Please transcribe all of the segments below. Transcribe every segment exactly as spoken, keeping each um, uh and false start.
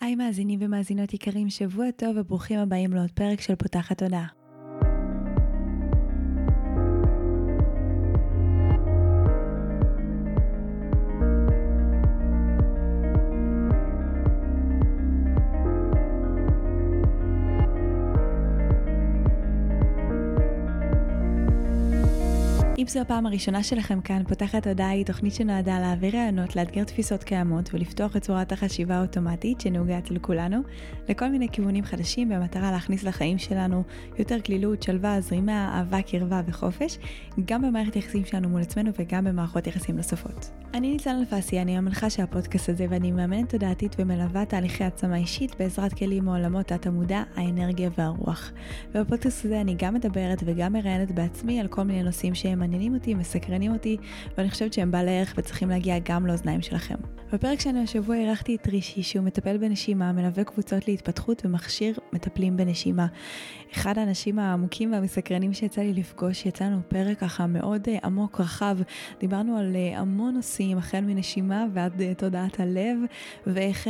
היי מאזינים ומאזינות יקרים, שבוע טוב וברוכים הבאים לעוד פרק של פותחת תודעה. אם זו הפעם הראשונה שלכם כאן, פותחת תודעה היא תוכנית שנועדה להעביר רעיונות, לאתגר תפיסות קיימות ולפתוח את צורת החשיבה האוטומטית שנהוגה אצל כולנו לכל מיני כיוונים חדשים במטרה להכניס לחיים שלנו יותר כלילות, שלווה, זרימה, אהבה, קרבה וחופש, גם במערכת יחסים שלנו מול עצמנו וגם במערכות יחסים נוספות. אני ניצן אלפסי, אני המנחה של הפודקאסט הזה ואני מאמנת תודעתית ומלווה תהליכי עצמה אישית בעזרת כלים מעולמות התמודע, האנרגיה והרוח. ובפודקאסט הזה אני גם מדברת וגם מראיינת בעצמי על כל מיני נושאים שהם מעניינים אותי, מסקרנים אותי, ואני חושבת שהם בעלי ערך וצריכים להגיע גם לאוזניים שלכם. בפרק שלנו השבוע אירחתי את רישי, שהוא מטפל בנשימה, מלווה קבוצות להתפתחות ומכשיר מטפלים בנשימה. אחד האנשים העמוקים והמסקרנים שיצא לי לפגוש, יצא לנו פרק ככה מאוד עמוק, רחב. דיברנו על המון נושאים, החל מנשימה ועד תודעת הלב, ואיך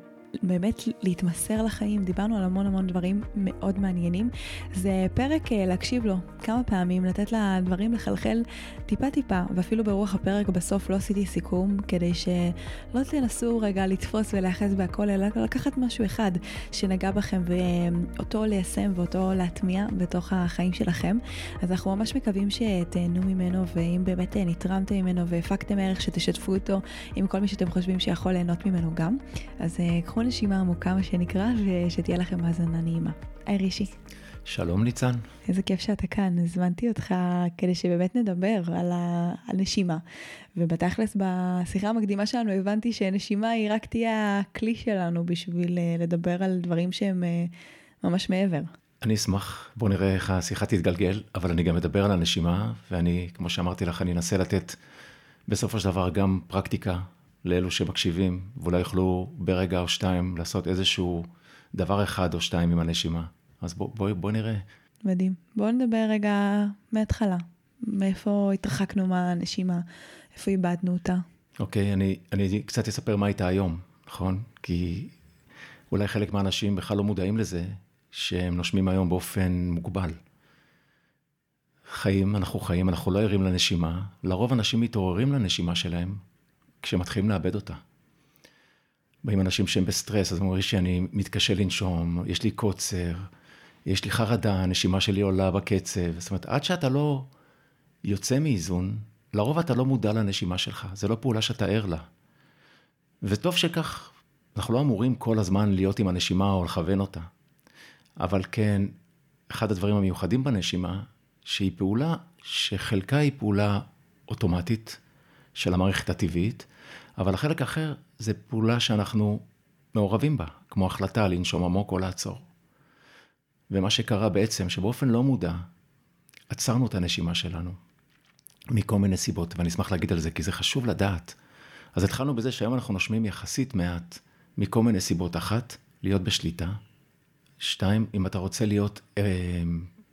באמת להתמסר לחיים. דיברנו על המון המון דברים מאוד מעניינים. זה פרק להקשיב לו כמה פעמים, לתת לדברים לחלחל טיפה טיפה, ואפילו ברוח הפרק בסוף לא עשיתי סיכום, כדי שלא תנסו רגע לתפוס ולאחז בהכל, אלא לקחת משהו אחד שנגע בכם ואותו ליישם ואותו להטמיע בתוך החיים שלכם. אז אנחנו ממש מקווים שתהנו ממנו, ואם באמת נתרמתם ממנו והפקתם ערך, שתשתפו אותו עם כל מי שאתם חושבים שיכול ליהנות ממנו גם. אז קחו נשימה עמוקה מה שנקרא, ושתהיה לכם האזנה נעימה. היי רישי. שלום ניצן. איזה כיף שאתה כאן. הזמנתי אותך כדי שבאמת נדבר על הנשימה. ובתכלס בשיחה המקדימה שלנו הבנתי שנשימה היא רק תהיה הכלי שלנו בשביל לדבר על דברים שהם ממש מעבר. אני אשמח, בוא נראה איך השיחה תתגלגל, אבל אני גם מדבר על הנשימה, ואני, כמו שאמרתי לך, אני אנסה לתת בסופו של דבר גם פרקטיקה לאלו שמקשיבים, ואולי יוכלו ברגע או שתיים לעשות איזשהו דבר אחד או שתיים עם הנשימה. אז בוא, בוא, בוא נראה. מדהים. בוא נדבר רגע מההתחלה. מאיפה התרחקנו מהנשימה? איפה איבדנו אותה? אוקיי, אני, אני קצת אספר מה הייתה היום, נכון? כי אולי חלק מהאנשים בכלל לא מודעים לזה, שהם נושמים היום באופן מוגבל. חיים, אנחנו חיים, אנחנו לא ערים לנשימה. לרוב אנשים מתעוררים לנשימה שלהם, כשמתחילים לאבד אותה. באים אנשים שהם בסטרס, אז הם אומרים שאני מתקשה לנשום, יש לי קוצר, יש לי חרדה, הנשימה שלי עולה בקצב. זאת אומרת, עד שאתה לא יוצא מאיזון, לרוב אתה לא מודע לנשימה שלך, זה לא פעולה שאתה ער לה. וטוב שכך, אנחנו לא אמורים כל הזמן להיות עם הנשימה או לכוון אותה. אבל כן, אחד הדברים המיוחדים בנשימה, שהיא פעולה שחלקה היא פעולה אוטומטית, של המערכת הטבעית, אבל החלק אחר זה פעולה שאנחנו מעורבים בה, כמו החלטה לנשום עמוק או לעצור. ומה שקרה בעצם, שבאופן לא מודע, עצרנו את הנשימה שלנו, מכל מיני סיבות, ואני אשמח להגיד על זה, כי זה חשוב לדעת. אז התחלנו בזה שהיום אנחנו נושמים יחסית מעט, מכל מיני סיבות. אחת, להיות בשליטה. שתיים, אם אתה רוצה להיות אה,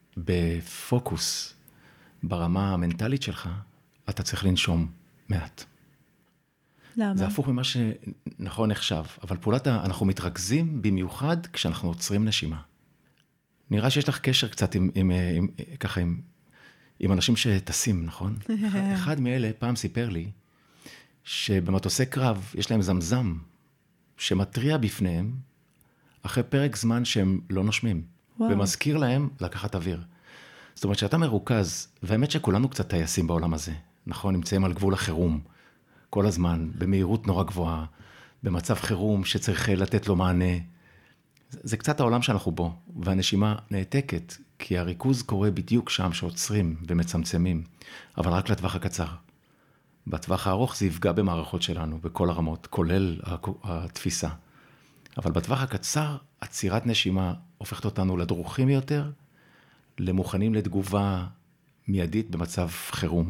בפוקוס, ברמה המנטלית שלך, אתה צריך לנשום מעט. למה? זה הפוך ממה שנכון נחשב, אבל פעולת, אנחנו מתרכזים במיוחד כשאנחנו עוצרים נשימה. נראה שיש לך קשר קצת עם, עם, עם, ככה עם, עם אנשים שטסים, נכון? אחד מאלה פעם סיפר לי, שבמטוסי קרב יש להם זמזם, שמטריע בפניהם, אחרי פרק זמן שהם לא נושמים, וואו. ומזכיר להם לקחת אוויר. זאת אומרת שאתה מרוכז, והאמת שכולנו קצת טייסים בעולם הזה, נכון? נמצאים על גבול החירום, כל הזמן, במהירות נורא גבוהה, במצב חירום שצריך לתת לו מענה. זה, זה קצת העולם שאנחנו בו, והנשימה נעתקת, כי הריכוז קורה בדיוק שם שעוצרים ומצמצמים, אבל רק לטווח הקצר. בטווח הארוך זה יפגע במערכות שלנו, בכל הרמות, כולל התפיסה. אבל בטווח הקצר, עצירת נשימה הופכת אותנו לדרוכים יותר, למוכנים לתגובה מיידית במצב חירום.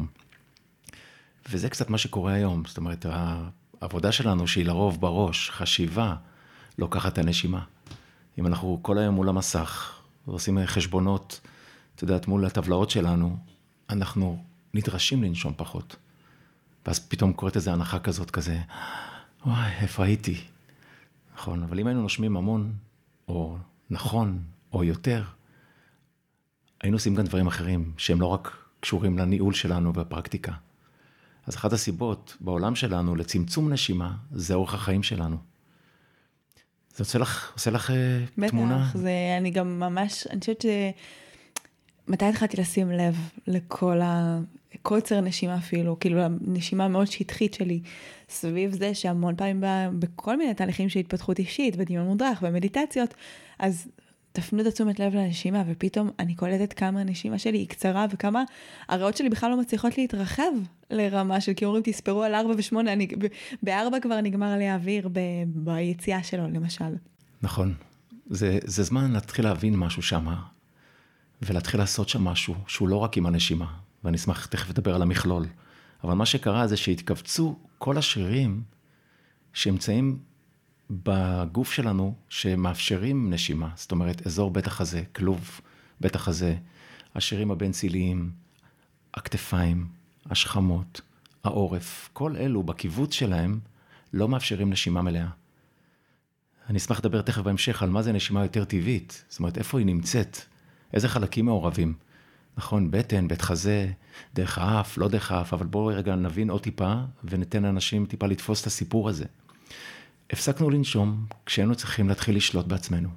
וזה קצת מה שקורה היום, זאת אומרת, העבודה שלנו שהיא לרוב בראש, חשיבה, לוקחת את הנשימה. אם אנחנו כל היום מול המסך, ועושים חשבונות, אתה יודעת, מול הטבלאות שלנו, אנחנו נדרשים לנשום פחות. ואז פתאום קוראת איזו הנחה כזאת כזה, וואי, איפה הייתי? נכון, אבל אם היינו נושמים המון, או נכון, או יותר, היינו עושים גם דברים אחרים, שהם לא רק קשורים לניהול שלנו והפרקטיקה. אז אחת הסיבות בעולם שלנו לצמצום נשימה, זה אורח החיים שלנו. זה עושה לך, עושה לך בטח, תמונה. בטח, זה, אני גם ממש, אני חושבת ש... מתי התחלתי לשים לב לכל הקוצר נשימה אפילו, כאילו הנשימה המאוד שטחית שלי, סביב זה שהמון פעמים בא, בכל מיני תהליכים של התפתחות אישית, בדמיון מודרך, במדיטציות, אז תפנו את התשומת לב לנשימה, ופתאום אני קולטת כמה הנשימה שלי היא קצרה, וכמה הריאות שלי בכלל לא מצליחות להתרחב לרמה של, כי אומרים תספרו על ארבע ושמונה, אני, בארבע כבר נגמר לי האוויר ב, ביציאה שלו, למשל. נכון, זה, זה זמן להתחיל להבין משהו שמה, ולהתחיל לעשות שם משהו שהוא לא רק עם הנשימה, ואני אשמח תכף לדבר על המכלול, אבל מה שקרה זה שהתכווצו כל השרירים שנמצאים בגוף שלנו, שמאפשרים נשימה, זאת אומרת, אזור בית החזה, כלוב בית החזה, השרירים הבין-ציליים, הכתפיים, השכמות, העורף, כל אלו בקיבוץ שלהם לא מאפשרים נשימה מלאה. אני אשמח לדבר תכף בהמשך על מה זה נשימה יותר טבעית, זאת אומרת, איפה היא נמצאת, איזה חלקים מעורבים, נכון, בטן, בית חזה, דרך האף, לא דרך האף, אבל בואו רגע נבין עוד טיפה, וניתן לאנשים טיפה לתפוס את הסיפור הזה. הפסקנו לנשום כשהיינו צריכים להתחיל לשלוט בעצמנו.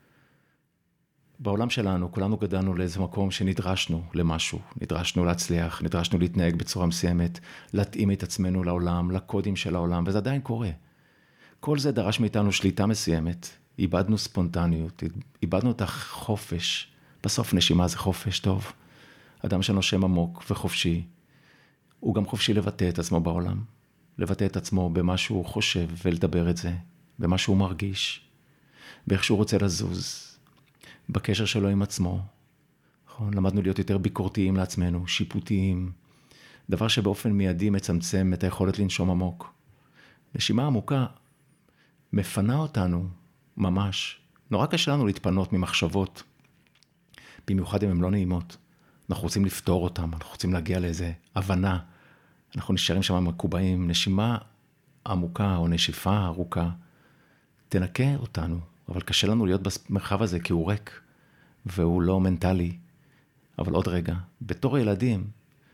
בעולם שלנו, כולנו גדלנו לאיזה מקום שנדרשנו למשהו, נדרשנו להצליח, נדרשנו להתנהג בצורה מסוימת, להתאים את עצמנו לעולם, לקודים של העולם, וזה עדיין קורה. כל זה דרש מאיתנו שליטה מסוימת, איבדנו ספונטניות, איבדנו את החופש, בסוף נשימה זה חופש טוב. אדם שנושם עמוק וחופשי, הוא גם חופשי לבטא את עצמו בעולם, לבטא את עצמו במה שהוא חושב ולדבר את זה, במה שהוא מרגיש, באיך שהוא רוצה לזוז, בקשר שלו עם עצמו. נכון? למדנו להיות יותר ביקורתיים לעצמנו, שיפוטיים, דבר שבאופן מיידי מצמצם את היכולת לנשום עמוק. נשימה עמוקה מפנה אותנו ממש. נורא קשה לנו להתפנות ממחשבות, במיוחד אם הן לא נעימות. אנחנו רוצים לפתור אותם, אנחנו רוצים להגיע לאיזה הבנה. אנחנו נשארים שם מקובעים, נשימה עמוקה או נשיפה ארוכה, תנקה אותנו, אבל קשה לנו להיות במרחב הזה כי הוא ריק, והוא לא מנטלי. אבל עוד רגע, בתור ילדים,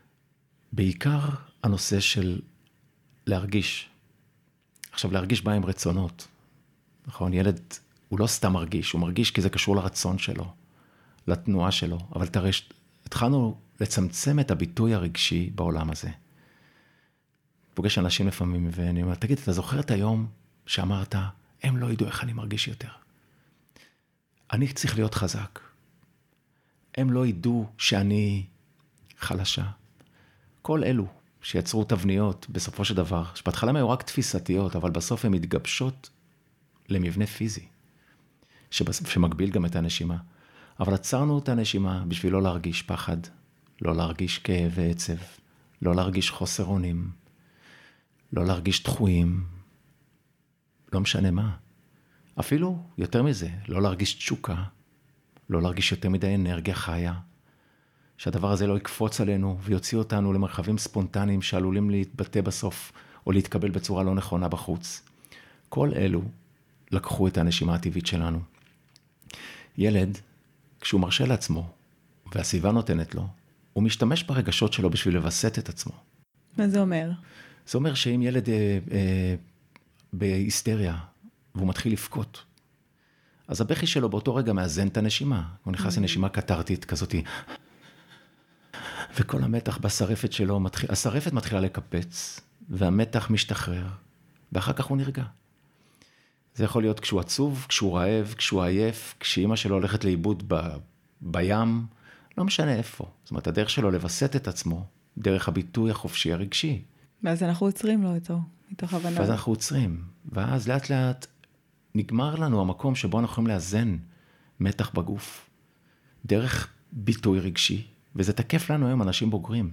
בעיקר הנושא של להרגיש. עכשיו, להרגיש בא עם רצונות. נכון, ילד הוא לא סתם מרגיש, הוא מרגיש כי זה קשור לרצון שלו, לתנועה שלו, אבל תראה, התחלנו לצמצם את הביטוי הרגשי בעולם הזה. פוגש אנשים לפעמים, ואני אומר, תגיד, אתה זוכר את היום שאמרת, הם לא ידעו איך אני מרגיש יותר. אני צריך להיות חזק. הם לא ידעו שאני חלשה. כל אלו שיצרו תבניות בסופו של דבר, שבהתחלה הם היו רק תפיסתיות, אבל בסוף הן מתגבשות למבנה פיזי, שמגביל גם את הנשימה. אבל עצרנו את הנשימה בשביל לא להרגיש פחד, לא להרגיש כאב ועצב, לא להרגיש חוסר אונים, לא להרגיש דחויים, לא משנה מה. אפילו יותר מזה, לא להרגיש תשוקה, לא להרגיש יותר מדי אנרגיה חיה, שהדבר הזה לא יקפוץ עלינו ויוציא אותנו למרחבים ספונטניים שעלולים להתבטא בסוף או להתקבל בצורה לא נכונה בחוץ. כל אלו לקחו את הנשימה הטבעית שלנו. ילד, כשהוא מרשה לעצמו והסביבה נותנת לו, הוא משתמש ברגשות שלו בשביל לבסט את עצמו. מה זה אומר? זה אומר שאם ילד אה, אה, בהיסטריה והוא מתחיל לפקוט, אז הבכי שלו באותו רגע מאזן את הנשימה. הוא נכנס mm-hmm. לנשימה קטרתית כזאת, וכל המתח בשרפת שלו, מתחיל, השרפת מתחילה לקפץ, והמתח משתחרר, ואחר כך הוא נרגע. זה יכול להיות כשהוא עצוב, כשהוא רעב, כשהוא עייף, כשאמא שלו הולכת לאיבוד ב, בים, לא משנה איפה. זאת אומרת, הדרך שלו לבסט את עצמו, דרך הביטוי החופשי הרגשי. ואז אנחנו עוצרים לו אותו, מתוך הבנה. ואז אנחנו עוצרים, ואז לאט לאט נגמר לנו המקום שבו אנחנו יכולים לאזן מתח בגוף, דרך ביטוי רגשי, וזה תקף לנו היום אנשים בוגרים.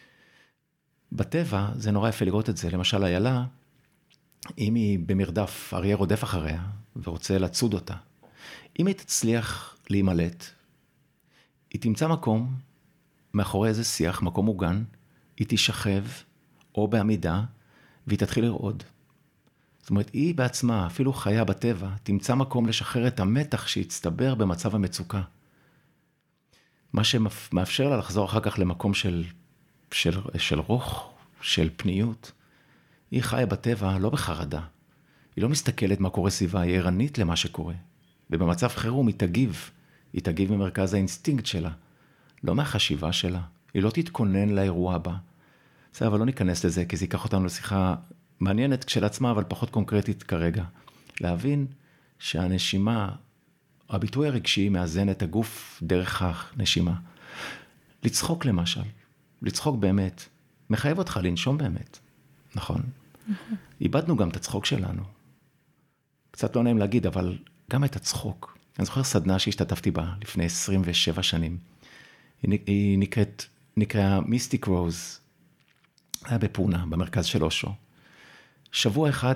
בטבע זה נורא יפה לראות את זה, למשל איילה, אם היא במרדף, אריה רודף אחריה, ורוצה לצוד אותה, אם היא תצליח להימלט, היא תמצא מקום, מאחורי איזה שיח, מקום מוגן, היא תשכב, או בעמידה, והיא תתחיל לרעוד. זאת אומרת, היא בעצמה, אפילו חיה בטבע, תמצא מקום לשחרר את המתח שהצטבר במצב המצוקה. מה שמאפשר לה לחזור אחר כך למקום של, של, של רוח, של פניות. היא חיה בטבע לא בחרדה. היא לא מסתכלת מה קורה סביבה, היא ערנית למה שקורה. ובמצב חירום היא תגיב. היא תגיב ממרכז האינסטינקט שלה. לא מהחשיבה שלה. היא לא תתכונן לאירוע הבא. בסדר, אבל לא ניכנס לזה, כי זה ייקח אותנו לשיחה מעניינת כשלעצמה, אבל פחות קונקרטית כרגע. להבין שהנשימה, הביטוי הרגשי מאזן את הגוף דרך הנשימה. לצחוק למשל. לצחוק באמת. מחייב אותך לנשום באמת. נכון? נכון. איבדנו גם את הצחוק שלנו. קצת לא נעים להגיד, אבל גם את הצחוק. אני זוכר סדנה שהשתתפתי בה לפני עשרים ושבע שנים. היא, היא נקראת, נקראה מיסטיק רוז. היה בפונה, במרכז של אושו. שבוע אחד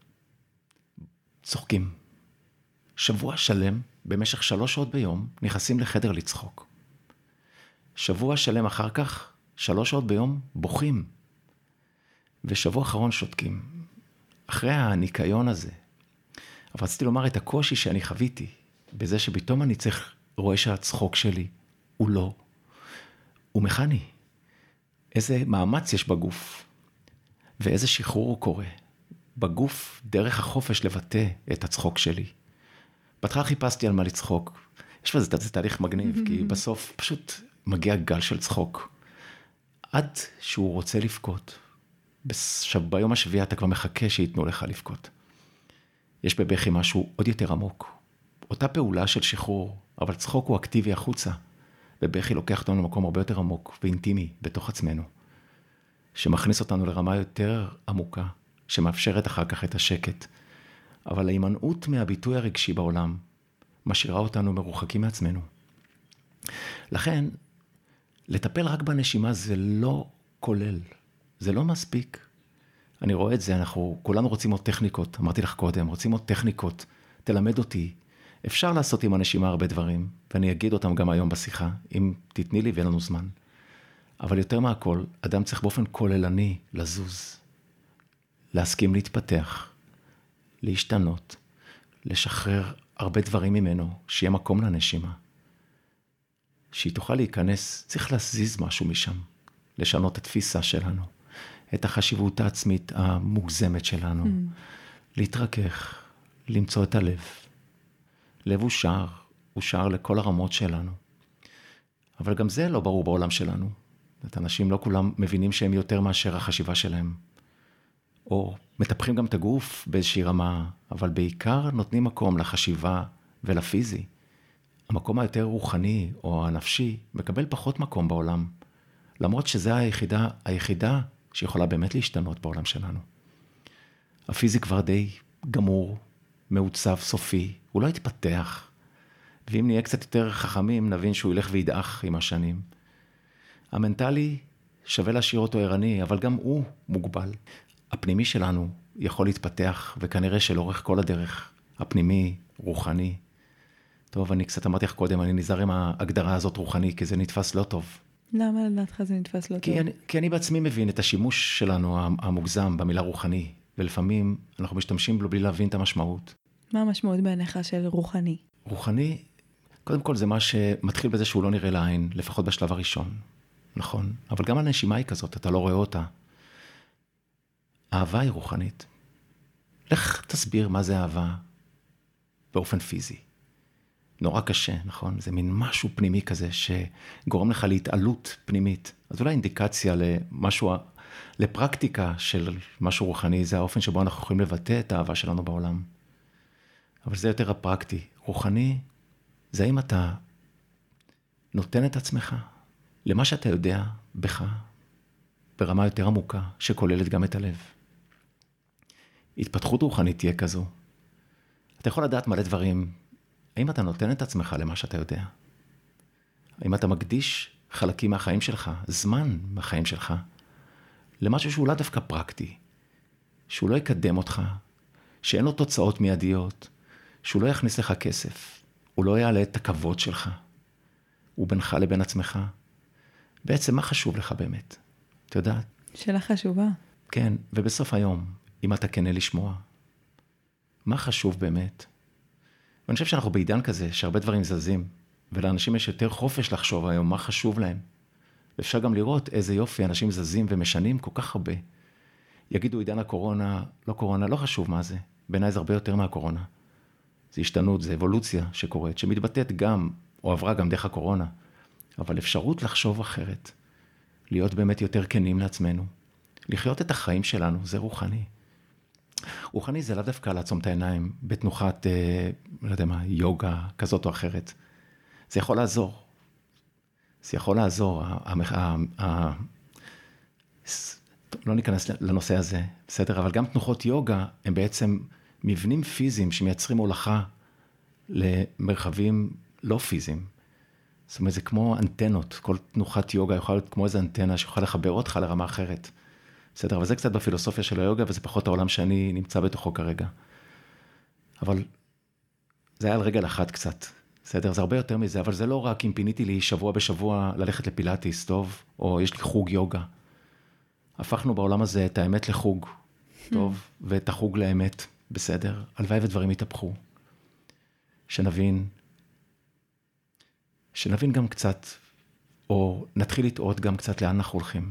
צוחקים. שבוע שלם, במשך שלוש שעות ביום, נכנסים לחדר לצחוק. שבוע שלם אחר כך, שלוש שעות ביום, בוכים. ושבוע אחרון שותקים. אחרי הניקיון הזה. אבל רציתי לומר את הקושי שאני חוויתי, בזה שפתאום אני צריך, רואה שהצחוק שלי הוא לא, הוא מכני. איזה מאמץ יש בגוף, ואיזה שחרור הוא קורה. בגוף, דרך החופש לבטא את הצחוק שלי. בהתחלה חיפשתי על מה לצחוק. יש בזה, זה תהליך מגניב, כי בסוף פשוט מגיע גל של צחוק. עד שהוא רוצה לבכות. ביום השביעי אתה כבר מחכה שיתנו לך לבכות. יש בבכי משהו עוד יותר עמוק. אותה פעולה של שחרור, אבל צחוק הוא אקטיבי החוצה. בבכי לוקח אותנו למקום הרבה יותר עמוק ואינטימי בתוך עצמנו. שמכניס אותנו לרמה יותר עמוקה, שמאפשרת אחר כך את השקט. אבל ההימנעות מהביטוי הרגשי בעולם, משאירה אותנו מרוחקים מעצמנו. לכן, לטפל רק בנשימה זה לא כולל. זה לא מספיק. אני רואה את זה, אנחנו כולנו רוצים עוד טכניקות. אמרתי לך קודם, רוצים עוד טכניקות. תלמד אותי. אפשר לעשות עם הנשימה הרבה דברים, ואני אגיד אותם גם היום בשיחה, אם תתני לי ואין לנו זמן. אבל יותר מהכל, אדם צריך באופן כוללני לזוז, להסכים להתפתח, להשתנות, לשחרר הרבה דברים ממנו, שיהיה מקום לנשימה. שהיא תוכל להיכנס, צריך להזיז משהו משם, לשנות את התפיסה שלנו, את החשיבות העצמית המוגזמת שלנו, mm. להתרכך, למצוא את הלב. לב הוא שער, הוא שער לכל הרמות שלנו. אבל גם זה לא ברור בעולם שלנו. את אנשים לא כולם מבינים שהם יותר מאשר החשיבה שלהם. או מטפחים גם את הגוף באיזושהי רמה, אבל בעיקר נותנים מקום לחשיבה ולפיזי. המקום היותר רוחני או הנפשי מקבל פחות מקום בעולם. למרות שזה היחידה, היחידה שיכולה באמת להשתנות בעולם שלנו. הפיזי כבר די גמור, מעוצב סופי, הוא לא יתפתח. ואם נהיה קצת יותר חכמים, נבין שהוא ילך וידעך עם השנים. המנטלי שווה להשאיר אותו ערני, אבל גם הוא מוגבל. הפנימי שלנו יכול להתפתח, וכנראה שלאורך כל הדרך, הפנימי, רוחני. טוב, אני קצת אמרתי לך קודם, אני נזהר עם ההגדרה הזאת רוחני, כי זה נתפס לא טוב. למה לדעתך זה נתפס לא כי טוב? אני, כי אני בעצמי מבין את השימוש שלנו המוגזם במילה רוחני, ולפעמים אנחנו משתמשים בו בלי להבין את המשמעות. מה המשמעות בעיניך של רוחני? רוחני, קודם כל זה מה שמתחיל בזה שהוא לא נראה לעין, לפחות בשלב הראשון. נכון? אבל גם הנשימה היא כזאת, אתה לא רואה אותה. אהבה היא רוחנית. לך תסביר מה זה אהבה באופן פיזי. נורא קשה, נכון? זה מין משהו פנימי כזה שגורם לך להתעלות פנימית. אז אולי אינדיקציה למשהו, לפרקטיקה של משהו רוחני, זה האופן שבו אנחנו יכולים לבטא את האהבה שלנו בעולם. אבל זה יותר הפרקטי. רוחני, זה אם אתה נותן את עצמך למה שאתה יודע בך, ברמה יותר עמוקה, שכוללת גם את הלב. התפתחות רוחנית תהיה כזו. אתה יכול לדעת מלא דברים, האם אתה נותן את עצמך למה שאתה יודע? האם אתה מקדיש חלקים מהחיים שלך, זמן מהחיים שלך, למשהו שהוא לא דווקא פרקטי, שהוא לא יקדם אותך, שאין לו תוצאות מיידיות, שהוא לא יכניס לך כסף, הוא לא יעלה את הכבוד שלך, הוא בינך לבין עצמך. בעצם מה חשוב לך באמת? אתה יודעת? שאלה חשובה. כן, ובסוף היום, אם אתה כנה לשמוע, מה חשוב באמת? ואני חושב שאנחנו בעידן כזה, שהרבה דברים זזים, ולאנשים יש יותר חופש לחשוב היום מה חשוב להם. ואפשר גם לראות איזה יופי, אנשים זזים ומשנים כל כך הרבה. יגידו עידן הקורונה, לא קורונה, לא חשוב מה זה. בעיניי זה הרבה יותר מהקורונה. זה השתנות, זה אבולוציה שקורית, שמתבטאת גם, או עברה גם דרך הקורונה. אבל אפשרות לחשוב אחרת, להיות באמת יותר כנים לעצמנו, לחיות את החיים שלנו, זה רוחני. רוחני זה לאו דווקא לעצום את העיניים בתנוחת, אה, לא יודע מה, יוגה כזאת או אחרת. זה יכול לעזור. זה יכול לעזור. ה- ה- ה- ה- לא ניכנס לנושא הזה, בסדר? אבל גם תנוחות יוגה הם בעצם מבנים פיזיים שמייצרים הולכה למרחבים לא פיזיים. זאת אומרת, זה כמו אנטנות. כל תנוחת יוגה יכולה להיות כמו איזו אנטנה שיכולה לחבר אותך לרמה אחרת. בסדר? אבל זה קצת בפילוסופיה של היוגה, וזה פחות העולם שאני נמצא בתוכו כרגע. אבל זה היה על רגל אחת קצת. בסדר? זה הרבה יותר מזה, אבל זה לא רק אם פיניתי לי שבוע בשבוע ללכת לפילאטיס, טוב? או יש לי חוג יוגה. הפכנו בעולם הזה את האמת לחוג, טוב? ואת החוג לאמת, בסדר? הלוואי ודברים יתהפכו. שנבין, שנבין גם קצת, או נתחיל לטעות גם קצת לאן אנחנו הולכים.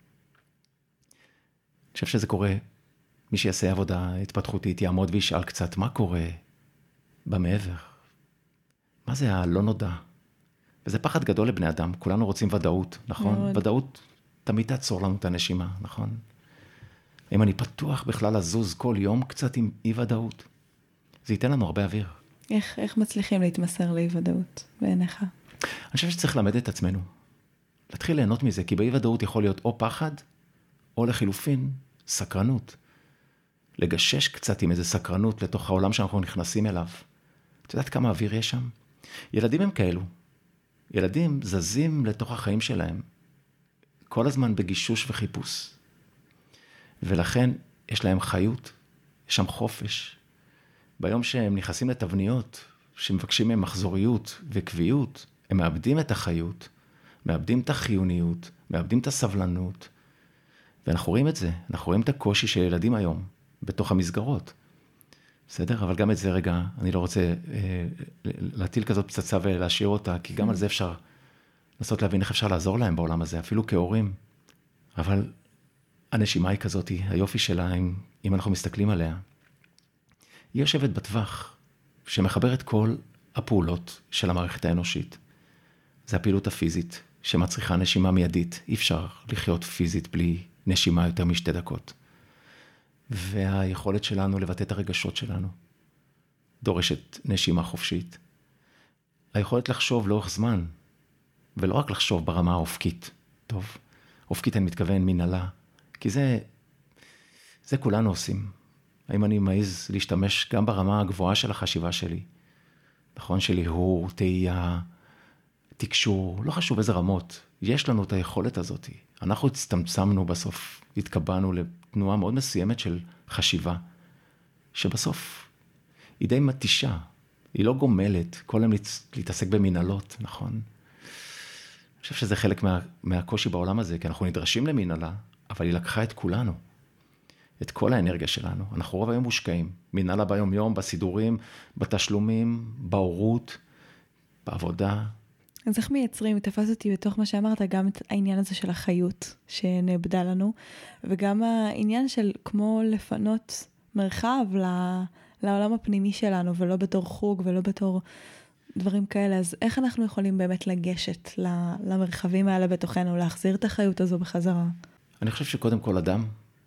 אני חושב שזה קורה, מי שיעשה עבודה התפתחותית יעמוד וישאל קצת, מה קורה במעבר? מה זה הלא נודע? וזה פחד גדול לבני אדם, כולנו רוצים ודאות, נכון? מאוד. ודאות תמיד תעצור לנו את הנשימה, נכון? אם אני פתוח בכלל לזוז כל יום קצת עם אי ודאות, זה ייתן לנו הרבה אוויר. איך, איך מצליחים להתמסר לאי ודאות בעיניך? אני חושב שצריך למד את עצמנו, להתחיל ליהנות מזה, כי באי ודאות יכול להיות או פחד, או לחילופין, סקרנות. לגשש קצת עם איזה סקרנות לתוך העולם שאנחנו נכנסים אליו. את יודעת כמה אוויר יש שם? ילדים הם כאלו. ילדים זזים לתוך החיים שלהם. כל הזמן בגישוש וחיפוש. ולכן יש להם חיות, יש שם חופש. ביום שהם נכנסים לתבניות, שמבקשים מהם מחזוריות וקביעות, הם מאבדים את החיות, מאבדים את החיוניות, מאבדים את הסבלנות, ואנחנו רואים את זה, אנחנו רואים את הקושי של ילדים היום, בתוך המסגרות. בסדר? אבל גם את זה רגע, אני לא רוצה אה, להטיל כזאת פצצה ולהשאיר אותה, כי גם על זה אפשר לנסות להבין איך אפשר לעזור להם בעולם הזה, אפילו כהורים. אבל הנשימה היא כזאת, היופי שלה, אם, אם אנחנו מסתכלים עליה, היא יושבת בטווח, שמחברת כל הפעולות של המערכת האנושית. זה הפעילות הפיזית, שמצריכה נשימה מיידית. אי אפשר לחיות פיזית בלי נשימה יותר משתי דקות. והיכולת שלנו לבטא את הרגשות שלנו, דורשת נשימה חופשית. היכולת לחשוב לאורך זמן, ולא רק לחשוב ברמה האופקית. טוב, אופקית אני מתכוון מנהלה, כי זה, זה כולנו עושים. האם אני מעז להשתמש גם ברמה הגבוהה של החשיבה שלי, נכון? שלי הוא תהייה, תקשור, לא חשוב איזה רמות. יש לנו את היכולת הזאת. אנחנו הצטמצמנו בסוף, התקבענו לתנועה מאוד מסוימת של חשיבה, שבסוף היא די מתישה, היא לא גומלת, כל היום להתעסק במנהלות, נכון? אני חושב שזה חלק מה, מהקושי בעולם הזה, כי אנחנו נדרשים למנהלה, אבל היא לקחה את כולנו, את כל האנרגיה שלנו. אנחנו רוב היום מושקעים, מנהלה ביום יום, בסידורים, בתשלומים, בהורות, בעבודה. אז איך מייצרים, תפס אותי בתוך מה שאמרת, גם את העניין הזה של החיות שנאבדה לנו, וגם העניין של כמו לפנות מרחב לעולם הפנימי שלנו, ולא בתור חוג ולא בתור דברים כאלה. אז איך אנחנו יכולים באמת לגשת למרחבים האלה בתוכנו, להחזיר את החיות הזו בחזרה? אני חושב שקודם כל אדם,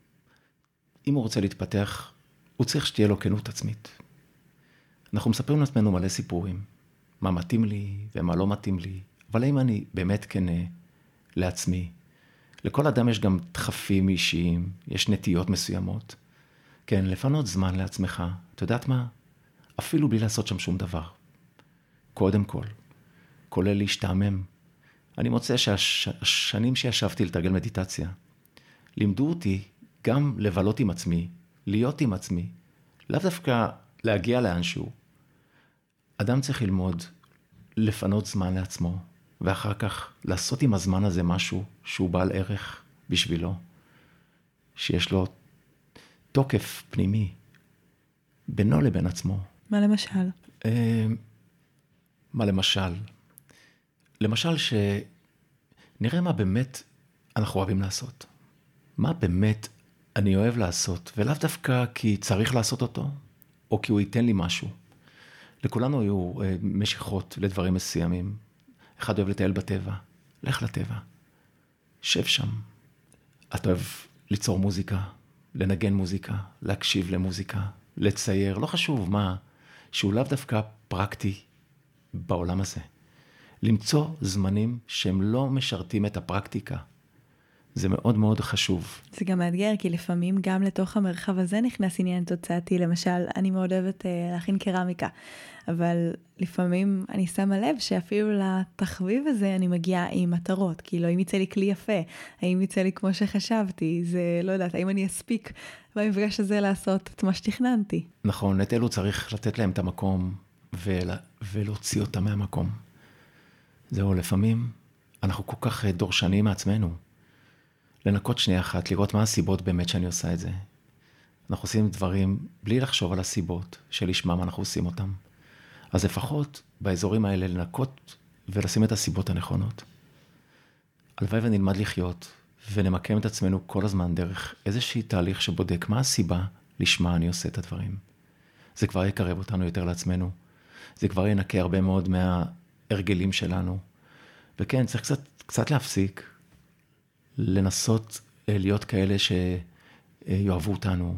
אם הוא רוצה להתפתח, הוא צריך שתהיה לו כנות עצמית. אנחנו מספרים לעצמנו מלא סיפורים. מה מתאים לי ומה לא מתאים לי, אבל אם אני באמת כנה לעצמי, לכל אדם יש גם דחפים אישיים, יש נטיות מסוימות. כן, לפנות זמן לעצמך, אתה יודעת מה? אפילו בלי לעשות שם שום דבר. קודם כל, כולל להשתעמם. אני מוצא שהשנים שישבתי לתרגל מדיטציה, לימדו אותי גם לבלות עם עצמי, להיות עם עצמי, לאו דווקא להגיע לאנשהו. אדם צריך ללמוד לפנות זמן לעצמו, ואחר כך לעשות עם הזמן הזה משהו שהוא בעל ערך בשבילו, שיש לו תוקף פנימי. בינו לבין עצמו. מה למשל? מה למשל? למשל שנראה מה באמת אנחנו אוהבים לעשות. מה באמת אני אוהב לעשות, ולאו דווקא כי צריך לעשות אותו, או כי הוא ייתן לי משהו. לכולנו היו משיכות לדברים מסוימים. אחד אוהב לטייל בטבע, לך לטבע, שב שם. אתה אוהב ליצור מוזיקה, לנגן מוזיקה, להקשיב למוזיקה, לצייר, לא חשוב מה, שהוא לאו דווקא פרקטי בעולם הזה. למצוא זמנים שהם לא משרתים את הפרקטיקה. זה מאוד מאוד חשוב. זה גם מאתגר, כי לפעמים גם לתוך המרחב הזה נכנס עניין תוצאתי. למשל, אני מאוד אוהבת אה, להכין קרמיקה, אבל לפעמים אני שמה לב שאפילו לתחביב הזה אני מגיעה עם מטרות, כאילו אם יצא לי כלי יפה, האם יצא לי כמו שחשבתי, זה לא יודעת, האם אני אספיק במפגש הזה לעשות את מה שתכננתי. נכון, את אלו צריך לתת להם את המקום ול... ולהוציא אותם מהמקום. זהו, לפעמים אנחנו כל כך דורשנים מעצמנו. לנקות שנייה אחת, לראות מה הסיבות באמת שאני עושה את זה. אנחנו עושים דברים בלי לחשוב על הסיבות שלשמם אנחנו עושים אותם. אז לפחות באזורים האלה לנקות ולשים את הסיבות הנכונות. הלוואי ונלמד לחיות ונמקם את עצמנו כל הזמן דרך איזושהי תהליך שבודק מה הסיבה לשמה אני עושה את הדברים. זה כבר יקרב אותנו יותר לעצמנו. זה כבר ינקה הרבה מאוד מההרגלים שלנו. וכן, צריך קצת, קצת להפסיק. לנסות להיות כאלה שיואבו אותנו,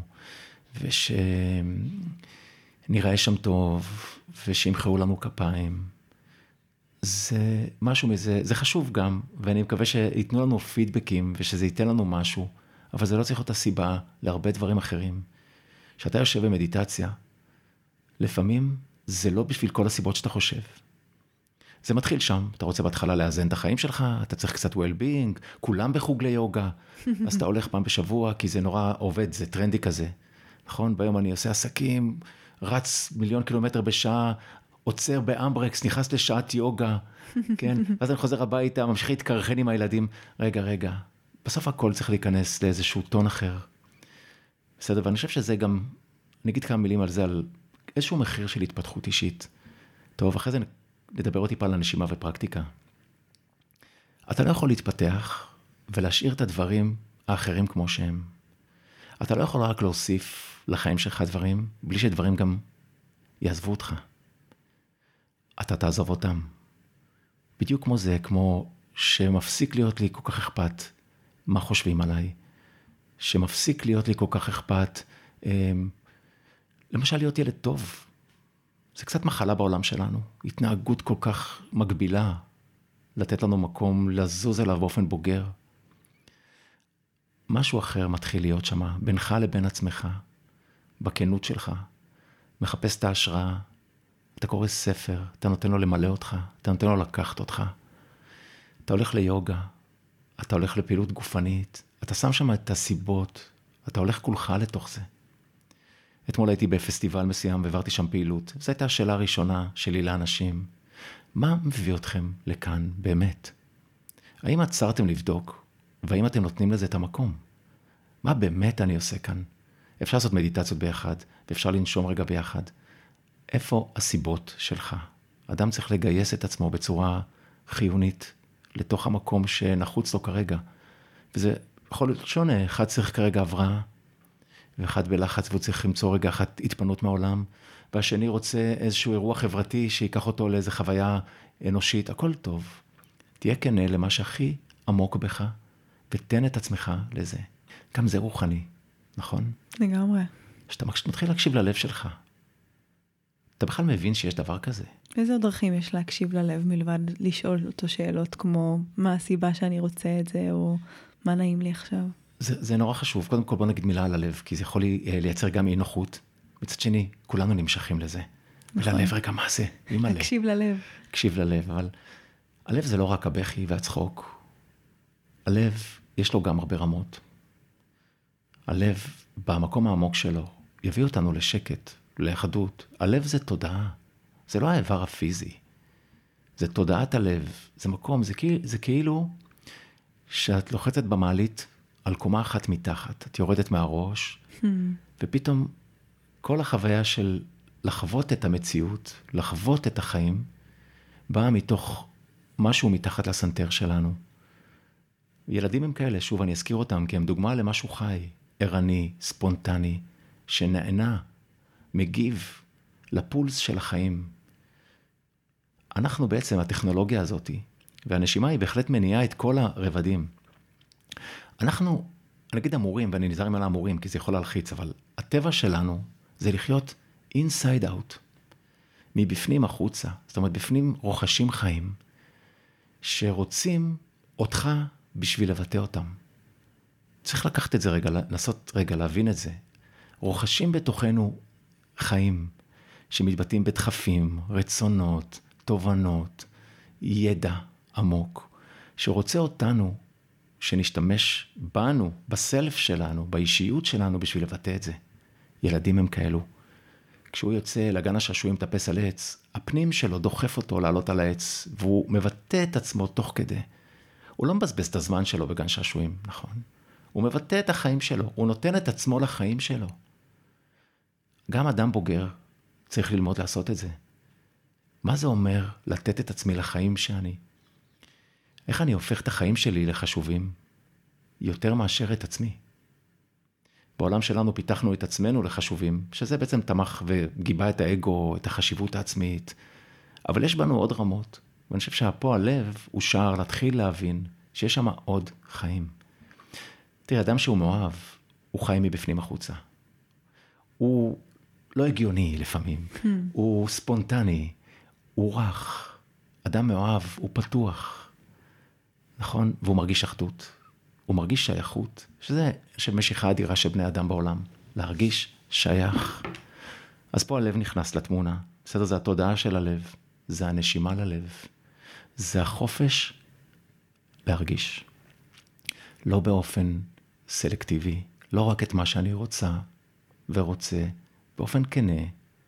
ושנראה שם טוב, ושימחאו לנו כפיים. זה משהו מזה, זה חשוב גם, ואני מקווה שיתנו לנו פידבקים, ושזה ייתן לנו משהו, אבל זה לא צריך להיות הסיבה להרבה דברים אחרים. כשאתה יושב במדיטציה, לפעמים זה לא בשביל כל הסיבות שאתה חושב. זה מתחיל שם, אתה רוצה בהתחלה לאזן את החיים שלך, אתה צריך קצת well-being, כולם בחוג ליוגה, אז אתה הולך פעם בשבוע, כי זה נורא עובד, זה טרנדי כזה. נכון? ביום אני עושה עסקים, רץ מיליון קילומטר בשעה, עוצר באמברקס, נכנס לשעת יוגה, כן? ואז אני חוזר הביתה, ממשיך להתקרחן עם הילדים, רגע, רגע, בסוף הכל צריך להיכנס לאיזשהו טון אחר. בסדר, ואני חושב שזה גם, אני אגיד כמה מילים על זה, על איזשהו מחיר של התפתחות אישית. טוב, אחרי זה לדבר אותי פעם על נשימה ופרקטיקה. אתה לא יכול להתפתח ולהשאיר את הדברים האחרים כמו שהם. אתה לא יכול רק להוסיף לחיים שלך דברים, בלי שדברים גם יעזבו אותך. אתה תעזוב אותם. בדיוק כמו זה, כמו שמפסיק להיות לי כל כך אכפת מה חושבים עליי, שמפסיק להיות לי כל כך אכפת, למשל להיות ילד טוב. זה קצת מחלה בעולם שלנו, התנהגות כל כך מגבילה, לתת לנו מקום לזוז אליו באופן בוגר. משהו אחר מתחיל להיות שמה, בינך לבין עצמך, בכנות שלך, מחפש את ההשראה, אתה קורא ספר, אתה נותן לו למלא אותך, אתה נותן לו לקחת אותך, אתה הולך ליוגה, אתה הולך לפעילות גופנית, אתה שם שם את הסיבות, אתה הולך כולך לתוך זה. אתמול הייתי בפסטיבל מסוים ועברתי שם פעילות. זו הייתה השאלה הראשונה שלי לאנשים. מה מביא אתכם לכאן באמת? האם עצרתם לבדוק? והאם אתם נותנים לזה את המקום? מה באמת אני עושה כאן? אפשר לעשות מדיטציות ביחד, ואפשר לנשום רגע ביחד. איפה הסיבות שלך? אדם צריך לגייס את עצמו בצורה חיונית לתוך המקום שנחוץ לו כרגע. וזה יכול להיות שונה. אחד צריך כרגע עברה, ואחד בלחץ והוא צריך למצוא רגע אחת התפנות מהעולם, והשני רוצה איזשהו אירוע חברתי שיקח אותו לאיזו חוויה אנושית, הכל טוב. תהיה כנה למה שהכי עמוק בך, ותן את עצמך לזה. גם זה רוחני, נכון? לגמרי. כשאתה מתחיל להקשיב ללב שלך, אתה בכלל מבין שיש דבר כזה. איזה דרכים יש להקשיב ללב מלבד לשאול אותו שאלות כמו מה הסיבה שאני רוצה את זה, או מה נעים לי עכשיו? זה, זה נורא חשוב. קודם כל בוא נגיד מילה על הלב, כי זה יכול לייצר גם אי נוחות. מצד שני, כולנו נמשכים לזה. נכון. ללב רגע, מה זה? הקשיב ללב. הקשיב ללב, אבל הלב זה לא רק הבכי והצחוק. הלב, יש לו גם הרבה רמות. הלב, במקום העמוק שלו, יביא אותנו לשקט, לאחדות. הלב זה תודעה. זה לא האיבר הפיזי. זה תודעת הלב. זה מקום, זה, זה כאילו שאת לוחצת במעלית על קומה אחת מתחת. את יורדת מהראש, hmm. ופתאום כל החוויה של לחוות את המציאות, לחוות את החיים, באה מתוך משהו מתחת לסנטר שלנו. ילדים הם כאלה, שוב אני אזכיר אותם, כי הם דוגמה למשהו חי, ערני, ספונטני, שנענה, מגיב לפולס של החיים. אנחנו בעצם, הטכנולוגיה הזאת, והנשימה היא בהחלט מניעה את כל הרבדים. אנחנו, אני אגיד אמורים, ואני נזהר עם על אמורים, כי זה יכול להלחיץ, אבל הטבע שלנו זה לחיות inside out, מבפנים החוצה. זאת אומרת, בפנים רוחשים חיים, שרוצים אותך בשביל לבטא אותם. צריך לקחת את זה רגע, לנסות רגע להבין את זה. רוחשים בתוכנו חיים, שמתבטאים בדחפים, רצונות, תובנות, ידע עמוק, שרוצה אותנו, שנשתמש בנו, בסלף שלנו, באישיות שלנו, בשביל לבטא את זה. ילדים הם כאלו. כשהוא יוצא לגן השעשועים טפס על עץ, הפנים שלו דוחף אותו לעלות על העץ, והוא מבטא את עצמו תוך כדי. הוא לא מבזבז את הזמן שלו בגן שעשועים, נכון? הוא מבטא את החיים שלו, הוא נותן את עצמו לחיים שלו. גם אדם בוגר צריך ללמוד לעשות את זה. מה זה אומר לתת את עצמי לחיים שאני? איך אני הופך את החיים שלי לחשובים יותר מאשר את עצמי? בעולם שלנו פיתחנו את עצמנו לחשובים, שזה בעצם תמך וגיבה את האגו, את החשיבות העצמית. אבל יש בנו עוד רמות, ואני חושב שהפה הלב הוא שער להתחיל להבין שיש שם עוד חיים. תראה, אדם שהוא מאוהב, הוא חי מבפנים החוצה. הוא לא הגיוני לפעמים, hmm. הוא ספונטני, הוא רך. אדם מאוהב, הוא פתוח, נכון? והוא מרגיש אחדות. הוא מרגיש שייכות, שזה שמשיכה אדירה של בני אדם בעולם, להרגיש שייך. אז פה הלב נכנס לתמונה, בסדר, זה התודעה של הלב, זה הנשימה ללב, זה החופש להרגיש. לא באופן סלקטיבי, לא רק את מה שאני רוצה ורוצה, באופן כנה.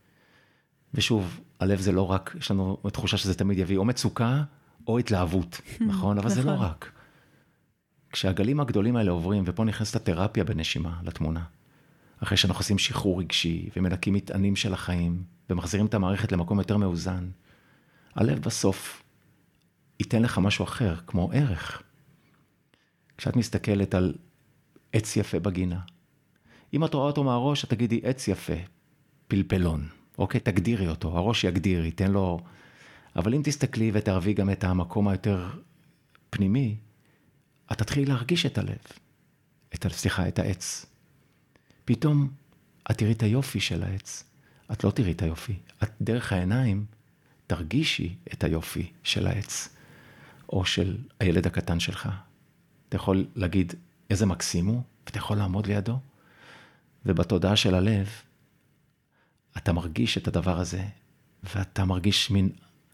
ושוב, הלב זה לא רק, יש לנו תחושה שזה תמיד יביא או מצוקה או התלהבות, נכון? אבל זה לא רק. כשהגלים הגדולים האלה עוברים, ופה נכנסת התרפיה בנשימה לתמונה, אחרי שאנחנו עושים שחרור רגשי, ומנקים מטענים של החיים, ומחזירים את המערכת למקום יותר מאוזן, הלב בסוף ייתן לך משהו אחר, כמו ערך. כשאת מסתכלת על עץ יפה בגינה, אם את רואה אותו מהראש, את תגידי עץ יפה, פלפלון, אוקיי? תגדירי אותו, הראש יגדיר, ייתן לו, אבל אם תסתכלי ותערבי גם את המקום היותר פנימי, את תתחיל להרגיש את הלב, את, סליחה, את העץ. פתאום את תראי את היופי של העץ. את לא תראי את היופי. את דרך העיניים תרגישי את היופי של העץ, או של הילד הקטן שלך. אתה יכול להגיד איזה מקסים הוא, ואתה יכול לעמוד לידו, ובתודעה של הלב, אתה מרגיש את הדבר הזה, ואתה מרגיש מין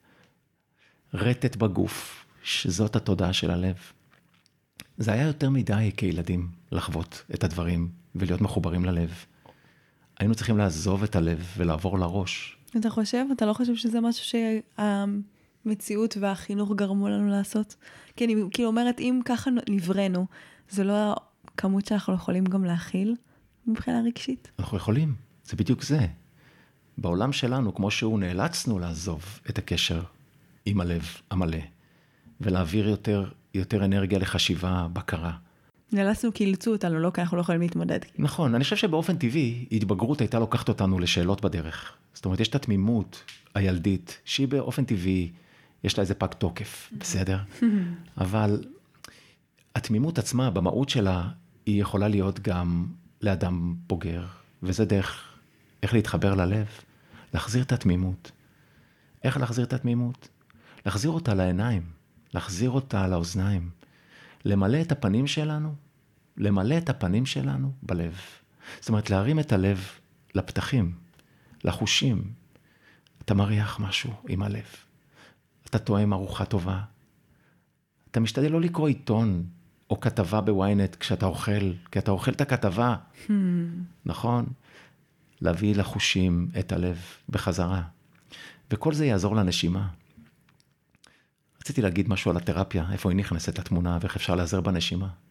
רטט בגוף, שזאת התודעה של הלב. זה היה יותר מדי כילדים לחוות את הדברים ולהיות מחוברים ללב. היינו צריכים לעזוב את הלב ולעבור לראש. אתה חושב? אתה לא חושב שזה משהו שהמציאות והחינוך גרמו לנו לעשות? כי אני כאילו אומרת, אם ככה נברנו, זה לא הכמות שאנחנו יכולים גם להכיל מבחינה רגשית? אנחנו יכולים, זה בדיוק זה. בעולם שלנו, כמו שהוא, נאלצנו לעזוב את הקשר עם הלב המלא, ולהעביר יותר יותר אנרגיה לחשיבה, בקרה. נאלצנו כי אילצו אותנו, לא כי אנחנו לא יכולים להתמודד. נכון, אני חושב שבאופן טבעי, התבגרות הייתה לוקחת אותנו לשאלות בדרך. זאת אומרת, יש את התמימות הילדית, שהיא באופן טבעי, יש לה איזה פג תוקף, בסדר? אבל התמימות עצמה, במהות שלה, היא יכולה להיות גם לאדם בוגר, וזה דרך, איך להתחבר ללב, להחזיר את התמימות. איך להחזיר את התמימות? להחזיר אותה לעיניים. להחזיר אותה לאוזניים, למלא את הפנים שלנו, למלא את הפנים שלנו בלב. זאת אומרת, להרים את הלב לפתחים, לחושים. אתה מריח משהו עם הלב. אתה טועם ארוחה טובה. אתה משתדל לא לקרוא עיתון או כתבה בוויינט כשאתה אוכל, כי אתה אוכל את הכתבה. Hmm. נכון? להביא לחושים את הלב בחזרה. וכל זה יעזור לנשימה. רציתי להגיד משהו על התרפיה, איפה היא נכנסת לתמונה ואיך אפשר לעזר בנשימה.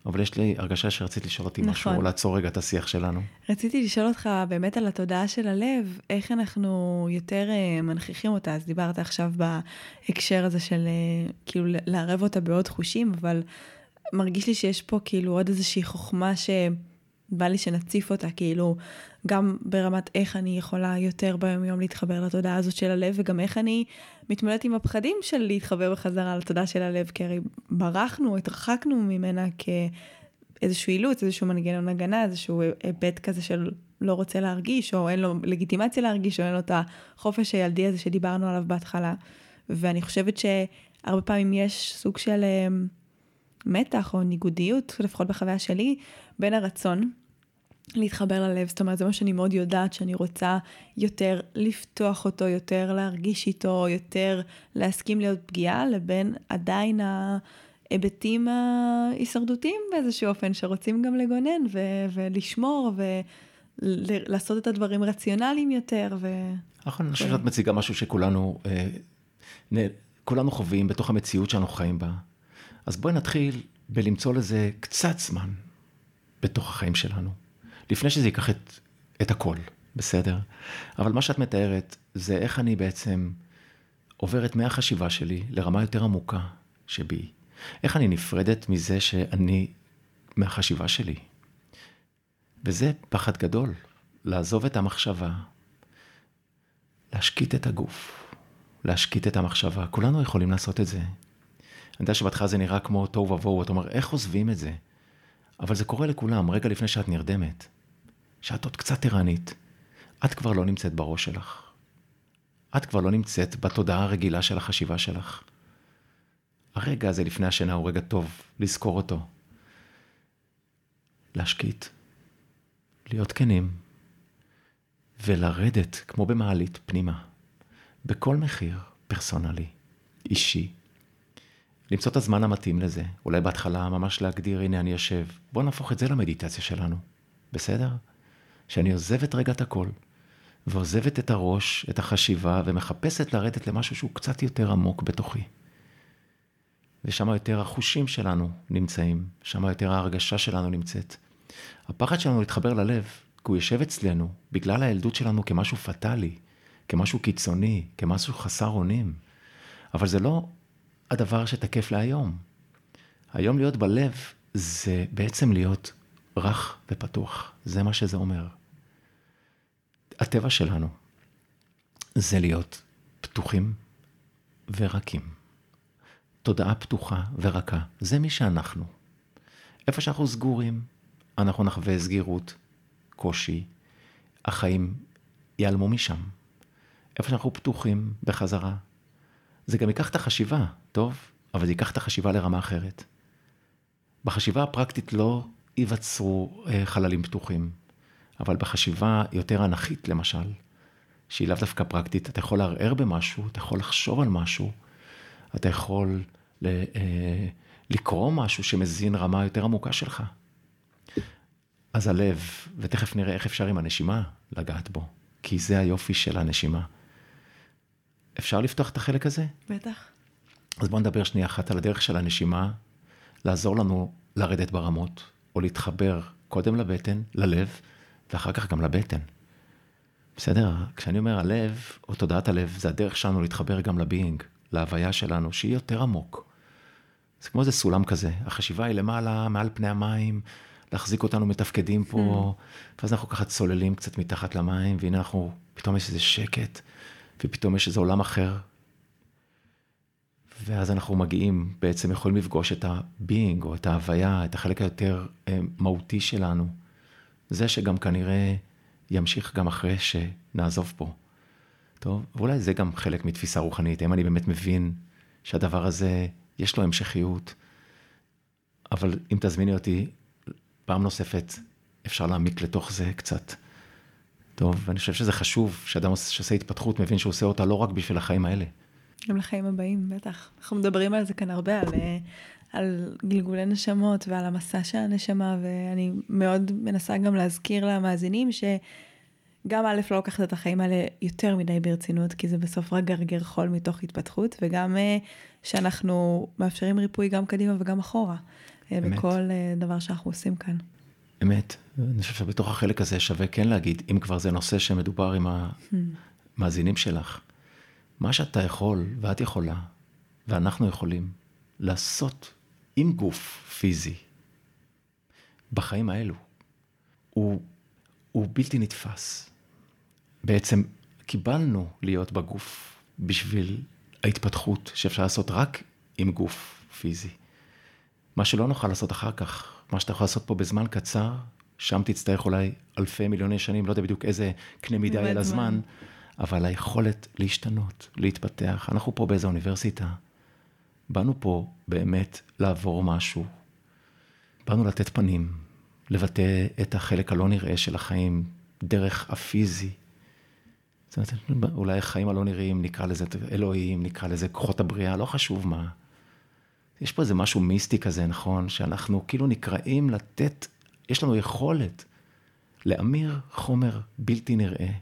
אבל יש לי הרגשה שרצית לשאול אותי נכון. משהו, או לעצור רגע את השיח שלנו. רציתי לשאול אותך באמת על התודעה של הלב, איך אנחנו יותר מנכיחים אותה, אז דיברת עכשיו בהקשר הזה של כאילו לערב אותה בעוד חושים, אבל מרגיש לי שיש פה כאילו עוד איזושהי חוכמה שבא לי שנציף אותה, כאילו גם ברמת איך אני יכולה יותר ביום יום להתחבר לתודעה הזאת של הלב, וגם איך אני מתמודדת עם הפחדים של להתחבר בחזרה לתודעה של הלב, כי הרי ברחנו, התרחקנו ממנה כאיזשהו אילוץ, איזשהו מנגנון הגנה, איזשהו היבט כזה של לא רוצה להרגיש, או אין לו לגיטימציה להרגיש, או אין לו את החופש הילדי הזה שדיברנו עליו בהתחלה. ואני חושבת שהרבה פעמים יש סוג של מתח או ניגודיות, לפחות בחוויה שלי, בין הרצון להתחבר ללב, זאת אומרת, זה מה שאני מאוד יודעת, שאני רוצה יותר לפתוח אותו, יותר להרגיש איתו, יותר להסכים להיות פגיעה, לבין עדיין ההיבטים ההישרדותיים באיזשהו אופן, שרוצים גם לגונן ו- ולשמור ולעשות את הדברים רציונליים יותר. ו- נכון, אני חושב שאת מציגה משהו שכולנו אה, כולנו חווים בתוך המציאות שאנחנו חיים בה. אז בואי נתחיל בלמצוא לזה קצת זמן בתוך החיים שלנו. לפני שזה ייקח את, את הכל, בסדר? אבל מה שאת מתארת זה איך אני בעצם עוברת מהחשיבה שלי לרמה יותר עמוקה שבי. איך אני נפרדת מזה שאני, מהחשיבה שלי. וזה פחד גדול, לעזוב את המחשבה, להשקיט את הגוף, להשקיט את המחשבה. כולנו יכולים לעשות את זה. אני יודע שבתך זה נראה כמו תוהו ובוהו, אתה אומר, איך עוזבים את זה? אבל זה קורה לכולם, רגע לפני שאת נרדמת. שאת עוד קצת ערנית, את כבר לא נמצאת בראש שלך. את כבר לא נמצאת בתודעה הרגילה של החשיבה שלך. הרגע הזה לפני השינה הוא רגע טוב, לזכור אותו. להשקיט, להיות כנים, ולרדת כמו במעלית פנימה, בכל מחיר פרסונלי, אישי. למצוא את הזמן המתאים לזה, אולי בהתחלה ממש להגדיר, הנה אני יושב, בוא נהפוך את זה למדיטציה שלנו, בסדר? שאני עוזבת רגע את הכל, ועוזבת את הראש, את החשיבה, ומחפשת לרדת למשהו שהוא קצת יותר עמוק בתוכי. ושם יותר החושים שלנו נמצאים, שם יותר ההרגשה שלנו נמצאת. הפחד שלנו להתחבר ללב, כי הוא יושב אצלנו, בגלל הילדות שלנו כמשהו פטלי, כמשהו קיצוני, כמשהו חסר אונים. אבל זה לא הדבר שתקף להיום. היום להיות בלב זה בעצם להיות רך ופתוח. זה מה שזה אומר. הטבע שלנו זה להיות פתוחים ורקים. תודעה פתוחה ורקה. זה מי שאנחנו. איפה שאנחנו סגורים, אנחנו נחווה סגירות, קושי, החיים ייעלמו משם. איפה שאנחנו פתוחים בחזרה, זה גם ייקח את החשיבה, טוב? אבל זה ייקח את החשיבה לרמה אחרת. בחשיבה הפרקטית לא ייווצרו אה, חללים פתוחים, אבל בחשיבה יותר אנכית למשל, שהיא לאו דווקא פרקטית, אתה יכול לערער במשהו, אתה יכול לחשוב על משהו, אתה יכול ל, אה, לקרוא משהו שמזין רמה יותר עמוקה שלך. אז הלב, ותכף נראה איך אפשר עם הנשימה לגעת בו, כי זה היופי של הנשימה. אפשר לפתוח את החלק הזה? בטח. אז בואו נדבר שנייה אחת על הדרך של הנשימה, לעזור לנו לרדת ברמות, או להתחבר קודם לבטן, ללב, ואחר כך גם לבטן. בסדר? כשאני אומר הלב, או תודעת הלב, זה הדרך שלנו להתחבר גם לביינג, להוויה שלנו, שהיא יותר עמוק. זה כמו איזה סולם כזה. החשיבה היא למעלה, מעל פני המים, להחזיק אותנו מתפקדים פה, mm. ואז אנחנו ככה צוללים קצת מתחת למים, והנה אנחנו, פתאום יש איזה שקט, ופתאום יש איזה עולם אחר. ואז אנחנו מגיעים, בעצם יכולים לפגוש את הביינג, או את ההוויה, את החלק היותר אה, מהותי שלנו. זה שגם כנראה ימשיך גם אחרי שנעזוב פה. טוב, ואולי זה גם חלק מתפיסה רוחנית, אם אני באמת מבין שהדבר הזה יש לו המשכיות, אבל אם תזמיני אותי פעם נוספת, אפשר להעמיק לתוך זה קצת. טוב, ואני חושב שזה חשוב, שאדם שעושה התפתחות מבין שהוא עושה אותה לא רק בשביל החיים האלה. גם לחיים הבאים, בטח. אנחנו מדברים על זה כאן הרבה, על, על גלגולי נשמות ועל המסע של הנשמה, ואני מאוד מנסה גם להזכיר למאזינים שגם א' לא לוקחת את החיים האלה יותר מדי ברצינות, כי זה בסוף רק גרגר חול מתוך התפתחות, וגם שאנחנו מאפשרים ריפוי גם קדימה וגם אחורה. אמת. בכל דבר שאנחנו עושים כאן. אמת. אני חושב שבתוך החלק הזה שווה כן להגיד, אם כבר זה נושא שמדובר עם המאזינים שלך, מה שאתה יכול ואת יכולה, ואנחנו יכולים לעשות עם גוף פיזי, בחיים האלו, הוא, הוא בלתי נתפס. בעצם קיבלנו להיות בגוף בשביל ההתפתחות שאפשר לעשות רק עם גוף פיזי. מה שלא נוכל לעשות אחר כך, מה שאתה יכול לעשות פה בזמן קצר, שם תצטרך אולי אלפי מיליוני שנים, לא יודע בדיוק איזה קנה מידה יהיה לזמן, אבל היכולת להשתנות, להתפתח. אנחנו פה באיזו אוניברסיטה, באנו פה באמת לעבור משהו, באנו לתת פנים, לבטא את החלק הלא נראה של החיים, דרך הפיזי. זאת אומרת, אולי החיים הלא נראים, נקרא לזה אלוהים, נקרא לזה כוחות הבריאה, לא חשוב מה. יש פה איזה משהו מיסטי כזה, נכון? שאנחנו כאילו נקראים לתת, יש לנו יכולת להמיר חומר בלתי נראה,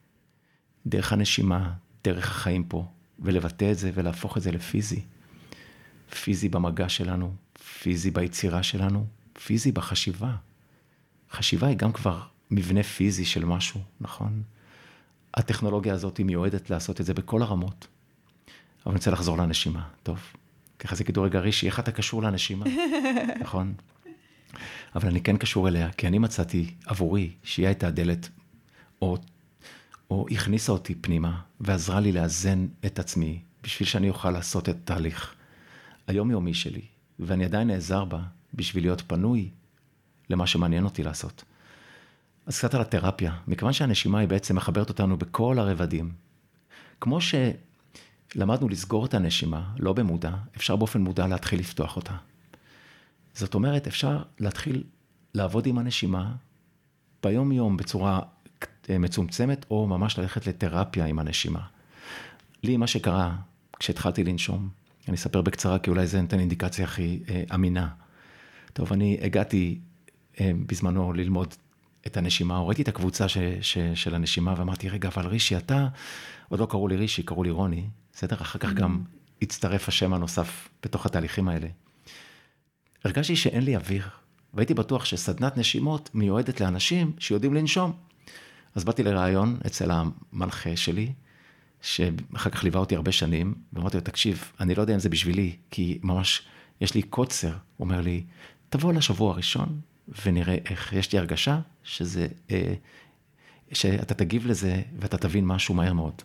דרך הנשימה, דרך החיים פה, ולבטא את זה ולהפוך את זה לפיזי. פיזי במגע שלנו, פיזי ביצירה שלנו, פיזי בחשיבה. חשיבה היא גם כבר מבנה פיזי של משהו, נכון? הטכנולוגיה הזאת היא מיועדת לעשות את זה בכל הרמות. אבל אני רוצה לחזור לנשימה, טוב. ככה זה כדור רגע רישי, איך אתה קשור לנשימה? נכון? אבל אני כן קשור אליה, כי אני מצאתי עבורי שהיא הייתה הדלת, או, או הכניסה אותי פנימה, ועזרה לי לאזן את עצמי, בשביל שאני אוכל לעשות את התהליך היומיומי שלי, ואני עדיין נעזר בה, בשביל להיות פנוי למה שמעניין אותי לעשות. אז קצת על התרפיה, מכיוון שהנשימה היא בעצם מחברת אותנו בכל הרבדים. כמו שלמדנו לסגור את הנשימה, לא במודע, אפשר באופן מודע להתחיל לפתוח אותה. זאת אומרת, אפשר להתחיל לעבוד עם הנשימה ביום יום בצורה מצומצמת, או ממש ללכת לתרפיה עם הנשימה. לי מה שקרה כשהתחלתי לנשום, אני אספר בקצרה, כי אולי זה נתן אינדיקציה הכי אה, אמינה. טוב, אני הגעתי אה, בזמנו ללמוד את הנשימה, או ראיתי את הקבוצה ש, ש, של הנשימה, ואמרתי, רגע, אבל רישי, אתה, עוד לא קראו לי רישי, קראו לי רוני, בסדר? אחר כך גם הצטרף השם הנוסף בתוך התהליכים האלה. הרגשתי שאין לי אוויר, והייתי בטוח שסדנת נשימות מיועדת לאנשים שיודעים לנשום. אז באתי לרעיון אצל המנחה שלי, שאחר כך ליווה אותי הרבה שנים, ואמרתי לו, תקשיב, אני לא יודע אם זה בשבילי, כי ממש יש לי קוצר. הוא אומר לי, תבוא לשבוע הראשון, ונראה איך. יש לי הרגשה שזה, אה, שאתה תגיב לזה, ואתה תבין משהו מהר מאוד.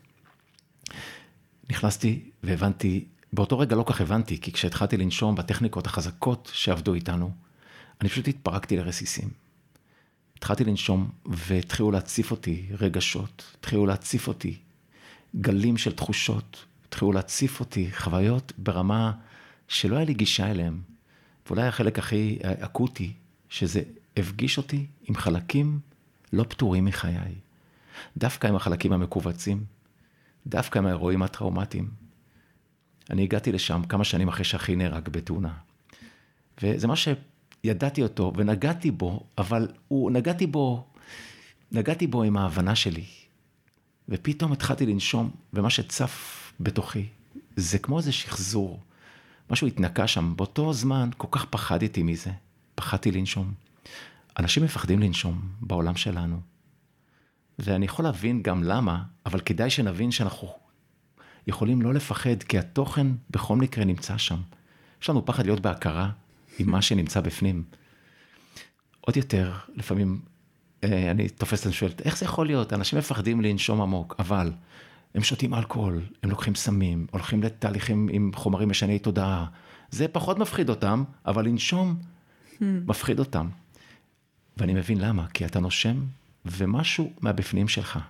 נכנסתי והבנתי, באותו רגע לא כך הבנתי, כי כשהתחלתי לנשום בטכניקות החזקות שעבדו איתנו, אני פשוט התפרקתי לרסיסים. התחלתי לנשום, והתחילו להציף אותי רגשות, התחילו להציף אותי גלים של תחושות, התחילו להציף אותי חוויות ברמה שלא היה לי גישה אליהם. ואולי החלק הכי אקוטי, שזה הפגיש אותי עם חלקים לא פטורים מחיי. דווקא עם החלקים המקובצים, דווקא עם האירועים הטראומטיים. אני הגעתי לשם כמה שנים אחרי שאחי נהרג בתאונה. וזה מה שידעתי אותו ונגעתי בו, אבל הוא נגעתי בו, נגעתי בו עם ההבנה שלי. ופתאום התחלתי לנשום, ומה שצף בתוכי, זה כמו איזה שחזור. משהו התנקה שם, באותו זמן כל כך פחדתי מזה. פחדתי לנשום. אנשים מפחדים לנשום בעולם שלנו. ואני יכול להבין גם למה, אבל כדאי שנבין שאנחנו יכולים לא לפחד, כי התוכן בכל מקרה נמצא שם. יש לנו פחד להיות בהכרה עם מה שנמצא בפנים. עוד יותר, לפעמים אני תופסת ואני שואלת, איך זה יכול להיות? אנשים מפחדים לנשום עמוק, אבל הם שותים אלכוהול, הם לוקחים סמים, הולכים לתהליכים עם חומרים משני תודעה. זה פחות מפחיד אותם, אבל לנשום מפחיד אותם. ואני מבין למה, כי אתה נושם ומשהו מהבפנים שלך.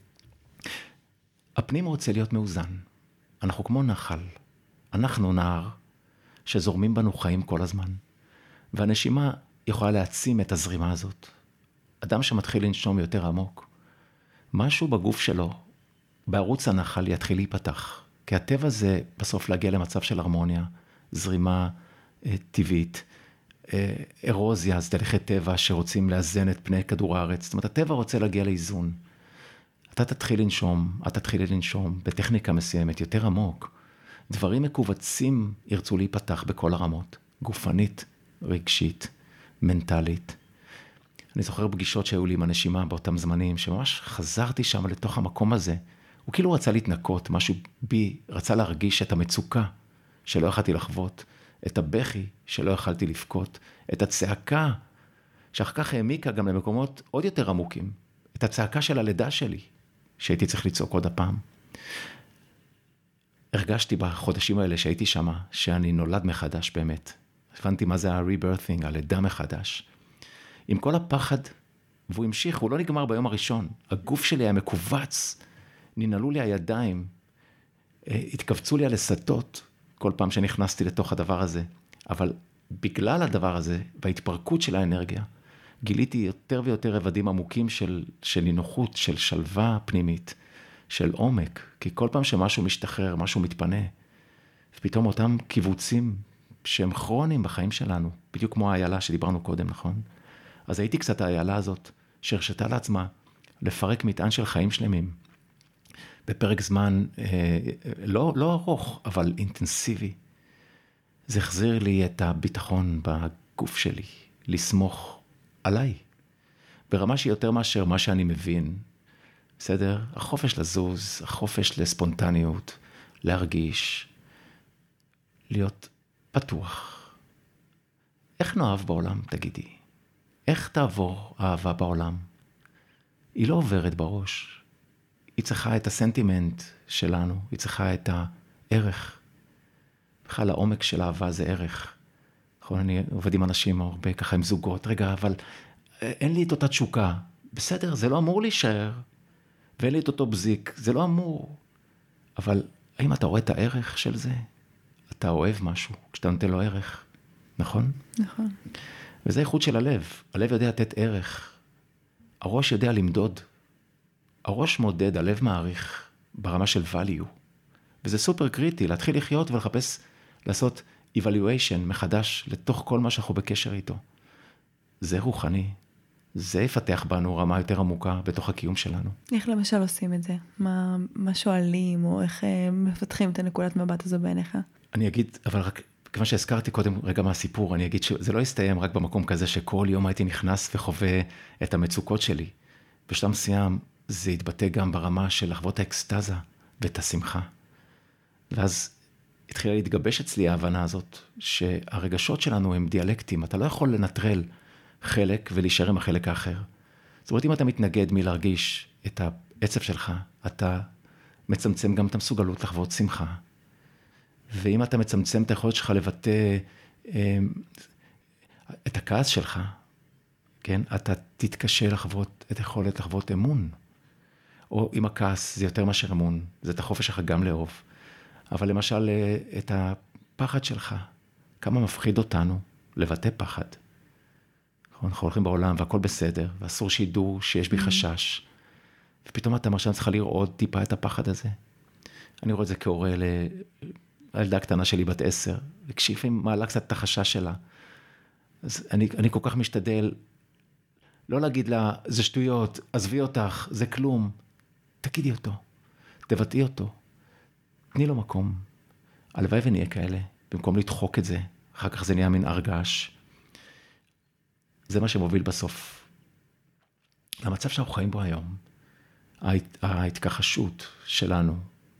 הפנים רוצה להיות מאוזן. אנחנו כמו נחל. אנחנו נהר שזורמים בנו חיים כל הזמן. והנשימה יכולה להעצים את הזרימה הזאת. אדם שמתחיל לנשום יותר עמוק, משהו בגוף שלו, בערוץ הנחל יתחיל להיפתח. כי הטבע זה בסוף להגיע למצב של הרמוניה, זרימה אה, טבעית, אה, אירוזיה, זה תהליכי טבע שרוצים לאזן את פני כדור הארץ. זאת אומרת, הטבע רוצה להגיע לאיזון. אתה תתחיל לנשום, אתה תתחיל לנשום בטכניקה מסוימת יותר עמוק. דברים מקובצים ירצו להיפתח בכל הרמות, גופנית, רגשית, מנטלית. אני זוכר פגישות שהיו לי עם הנשימה באותם זמנים, שממש חזרתי שם לתוך המקום הזה. הוא כאילו רצה להתנקות, משהו בי, רצה להרגיש את המצוקה שלא יכלתי לחוות, את הבכי שלא יכלתי לבכות, את הצעקה שאחר כך העמיקה גם למקומות עוד יותר עמוקים, את הצעקה של הלידה שלי, שהייתי צריך לצעוק עוד הפעם. הרגשתי בחודשים האלה שהייתי שם, שאני נולד מחדש באמת. הבנתי מה זה ה-rebirthing, הלידה מחדש. עם כל הפחד, והוא המשיך, הוא לא נגמר ביום הראשון. הגוף שלי היה מקובץ, ננעלו לי הידיים, התכווצו לי הלסתות, כל פעם שנכנסתי לתוך הדבר הזה. אבל בגלל הדבר הזה, וההתפרקות של האנרגיה, גיליתי יותר ויותר רבדים עמוקים של, של נינוחות, של שלווה פנימית, של עומק, כי כל פעם שמשהו משתחרר, משהו מתפנה, ופתאום אותם קיבוצים שהם כרוניים בחיים שלנו, בדיוק כמו האיילה שדיברנו קודם, נכון? אז הייתי קצת האיילה הזאת, שהרשתה לעצמה לפרק מטען של חיים שלמים, בפרק זמן אה, לא, לא ארוך, אבל אינטנסיבי. זה החזיר לי את הביטחון בגוף שלי, לסמוך עליי, ברמה שהיא יותר מאשר מה שאני מבין, בסדר? החופש לזוז, החופש לספונטניות, להרגיש, להיות פתוח. איך נאהב בעולם, תגידי? איך תעבור האהבה בעולם? היא לא עוברת בראש. היא צריכה את הסנטימנט שלנו, היא צריכה את הערך. בכלל העומק של האהבה זה ערך. נכון, אני עובד עם אנשים הרבה ככה עם זוגות, רגע, אבל אין לי את אותה תשוקה. בסדר, זה לא אמור להישאר. ואין לי את אותו בזיק, זה לא אמור. אבל האם אתה רואה את הערך של זה? אתה אוהב משהו, כשאתה נותן לו ערך, נכון? נכון. וזה איכות של הלב. הלב יודע לתת ערך. הראש יודע למדוד. הראש מודד, הלב מעריך ברמה של value. וזה סופר קריטי, להתחיל לחיות ולחפש, לעשות evaluation מחדש לתוך כל מה שאנחנו בקשר איתו. זה רוחני. זה יפתח בנו רמה יותר עמוקה בתוך הקיום שלנו. איך למשל עושים את זה? מה, מה שואלים או איך מפתחים את הנקודת מבט הזו בעיניך? אני אגיד, אבל רק כיוון שהזכרתי קודם רגע מהסיפור, אני אגיד שזה לא יסתיים רק במקום כזה שכל יום הייתי נכנס וחווה את המצוקות שלי. בשלב מסוים זה יתבטא גם ברמה של לחוות האקסטזה ואת השמחה. ואז התחילה להתגבש אצלי ההבנה הזאת שהרגשות שלנו הם דיאלקטיים. אתה לא יכול לנטרל חלק ולהישאר עם החלק האחר. זאת אומרת, אם אתה מתנגד מלהרגיש את העצב שלך, אתה מצמצם גם את המסוגלות לחוות שמחה. ואם אתה מצמצם את היכולת שלך לבטא אה, את הכעס שלך, כן? אתה תתקשה לחוות את היכולת לחוות אמון. או אם הכעס זה יותר מאשר אמון, זה את החופש שלך גם לאהוב. אבל למשל, את הפחד שלך, כמה מפחיד אותנו לבטא פחד. אנחנו הולכים בעולם והכל בסדר, ואסור שידעו שיש בי חשש. ופתאום אתה מרשה צריכה לראות טיפה את הפחד הזה. אני רואה את זה כהורה לילדה הקטנה שלי בת עשר, וכשהיא מעלה קצת את החשש שלה, אז אני, אני כל כך משתדל לא להגיד לה, זה שטויות, עזבי אותך, זה כלום. תגידי אותו, תבטאי אותו, תני לו מקום. הלוואי ונהיה כאלה, במקום לדחוק את זה, אחר כך זה נהיה מין הרגש. זה מה שמוביל בסוף. למצב שאנחנו חיים בו היום, ההת, ההתכחשות שלנו,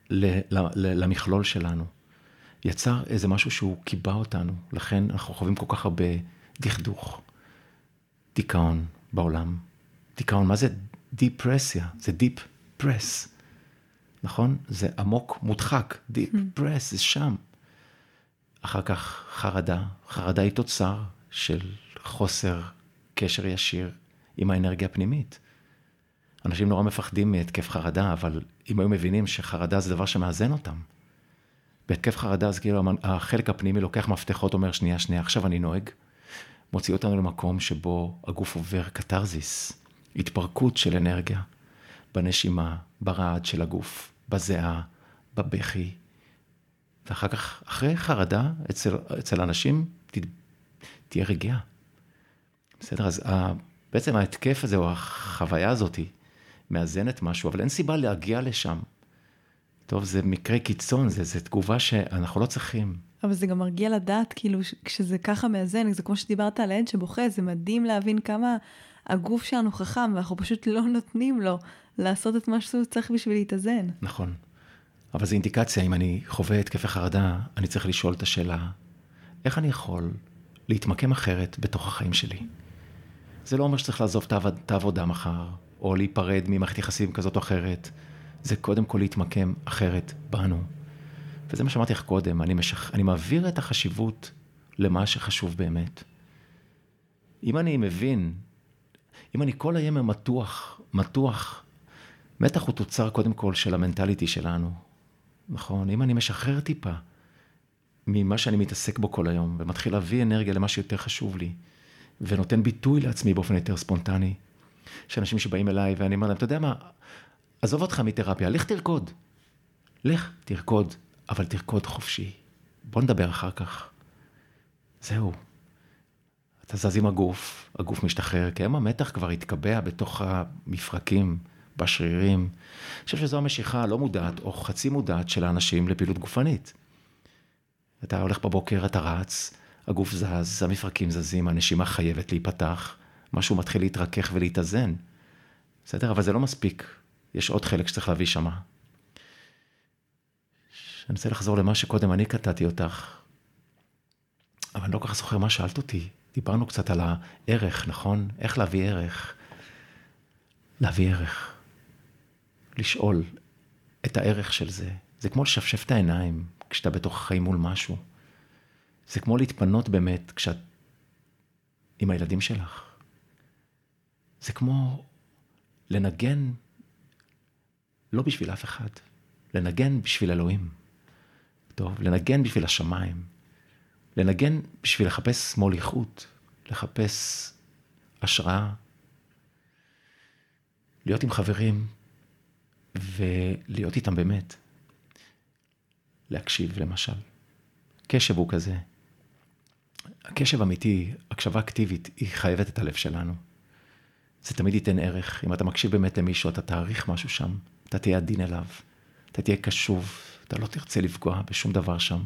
למכלול שלנו, יצר איזה משהו שהוא קיבע אותנו, לכן אנחנו חווים כל כך הרבה דכדוך, דיכאון בעולם. דיכאון, מה זה דיפרסיה? זה דיפ פרס, נכון? זה עמוק מודחק, דיפ פרס, זה שם. אחר כך חרדה, חרדה היא תוצר של חוסר קשר ישיר עם האנרגיה הפנימית. אנשים נורא מפחדים מהתקף חרדה, אבל אם היו מבינים שחרדה זה דבר שמאזן אותם. בהתקף חרדה, אז כאילו החלק הפנימי לוקח מפתחות, אומר שנייה, שנייה, עכשיו אני נוהג, מוציא אותנו למקום שבו הגוף עובר קטרזיס, התפרקות של אנרגיה, בנשימה, ברעד של הגוף, בזיעה, בבכי, ואחר כך, אחרי חרדה, אצל, אצל אנשים, ת, תהיה רגיעה. בסדר, אז ה, בעצם ההתקף הזה, או החוויה הזאת, מאזנת משהו, אבל אין סיבה להגיע לשם. טוב, זה מקרה קיצון, זה, זה תגובה שאנחנו לא צריכים. אבל זה גם מרגיע לדעת, כאילו, כשזה ככה מאזן, זה כמו שדיברת על העד שבוכה, זה מדהים להבין כמה הגוף שלנו חכם, ואנחנו פשוט לא נותנים לו לעשות את מה שהוא צריך בשביל להתאזן. נכון. אבל זו אינדיקציה, אם אני חווה התקפי חרדה, אני צריך לשאול את השאלה, איך אני יכול להתמקם אחרת בתוך החיים שלי? זה לא אומר שצריך לעזוב את העבודה מחר, או להיפרד ממערכת יחסים כזאת או אחרת. זה קודם כל להתמקם אחרת בנו. וזה מה שאמרתי לך קודם, אני, משח... אני מעביר את החשיבות למה שחשוב באמת. אם אני מבין, אם אני כל היום מתוח, מתוח, מתח הוא תוצר קודם כל של המנטליטי שלנו. נכון? אם אני משחרר טיפה ממה שאני מתעסק בו כל היום, ומתחיל להביא אנרגיה למה שיותר חשוב לי, ונותן ביטוי לעצמי באופן יותר ספונטני, יש אנשים שבאים אליי ואני אומר להם, אתה יודע מה, עזוב אותך מתרפיה, לך תרקוד. לך תרקוד, אבל תרקוד חופשי. בוא נדבר אחר כך. זהו. אתה זז עם הגוף, הגוף משתחרר, כי היום המתח כבר התקבע בתוך המפרקים, בשרירים. אני חושב שזו המשיכה לא מודעת או חצי מודעת של האנשים לפעילות גופנית. אתה הולך בבוקר, אתה רץ, הגוף זז, המפרקים זזים, הנשימה חייבת להיפתח, משהו מתחיל להתרכך ולהתאזן. בסדר? אבל זה לא מספיק. יש עוד חלק שצריך להביא שמה. אני רוצה לחזור למה שקודם אני קטעתי אותך, אבל אני לא כל כך זוכר מה שאלת אותי. דיברנו קצת על הערך, נכון? איך להביא ערך? להביא ערך. לשאול את הערך של זה. זה כמו לשפשף את העיניים כשאתה בתוך החיים מול משהו. זה כמו להתפנות באמת כשאת עם הילדים שלך. זה כמו לנגן לא בשביל אף אחד. לנגן בשביל אלוהים. טוב, לנגן בשביל השמיים. לנגן בשביל לחפש מוליכות, לחפש השראה. להיות עם חברים ולהיות איתם באמת. להקשיב למשל. קשב הוא כזה. הקשב אמיתי, הקשבה אקטיבית, היא חייבת את הלב שלנו. זה תמיד ייתן ערך. אם אתה מקשיב באמת למישהו, אתה תעריך משהו שם. אתה תהיה עדין אליו. אתה תהיה קשוב. אתה לא תרצה לפגוע בשום דבר שם.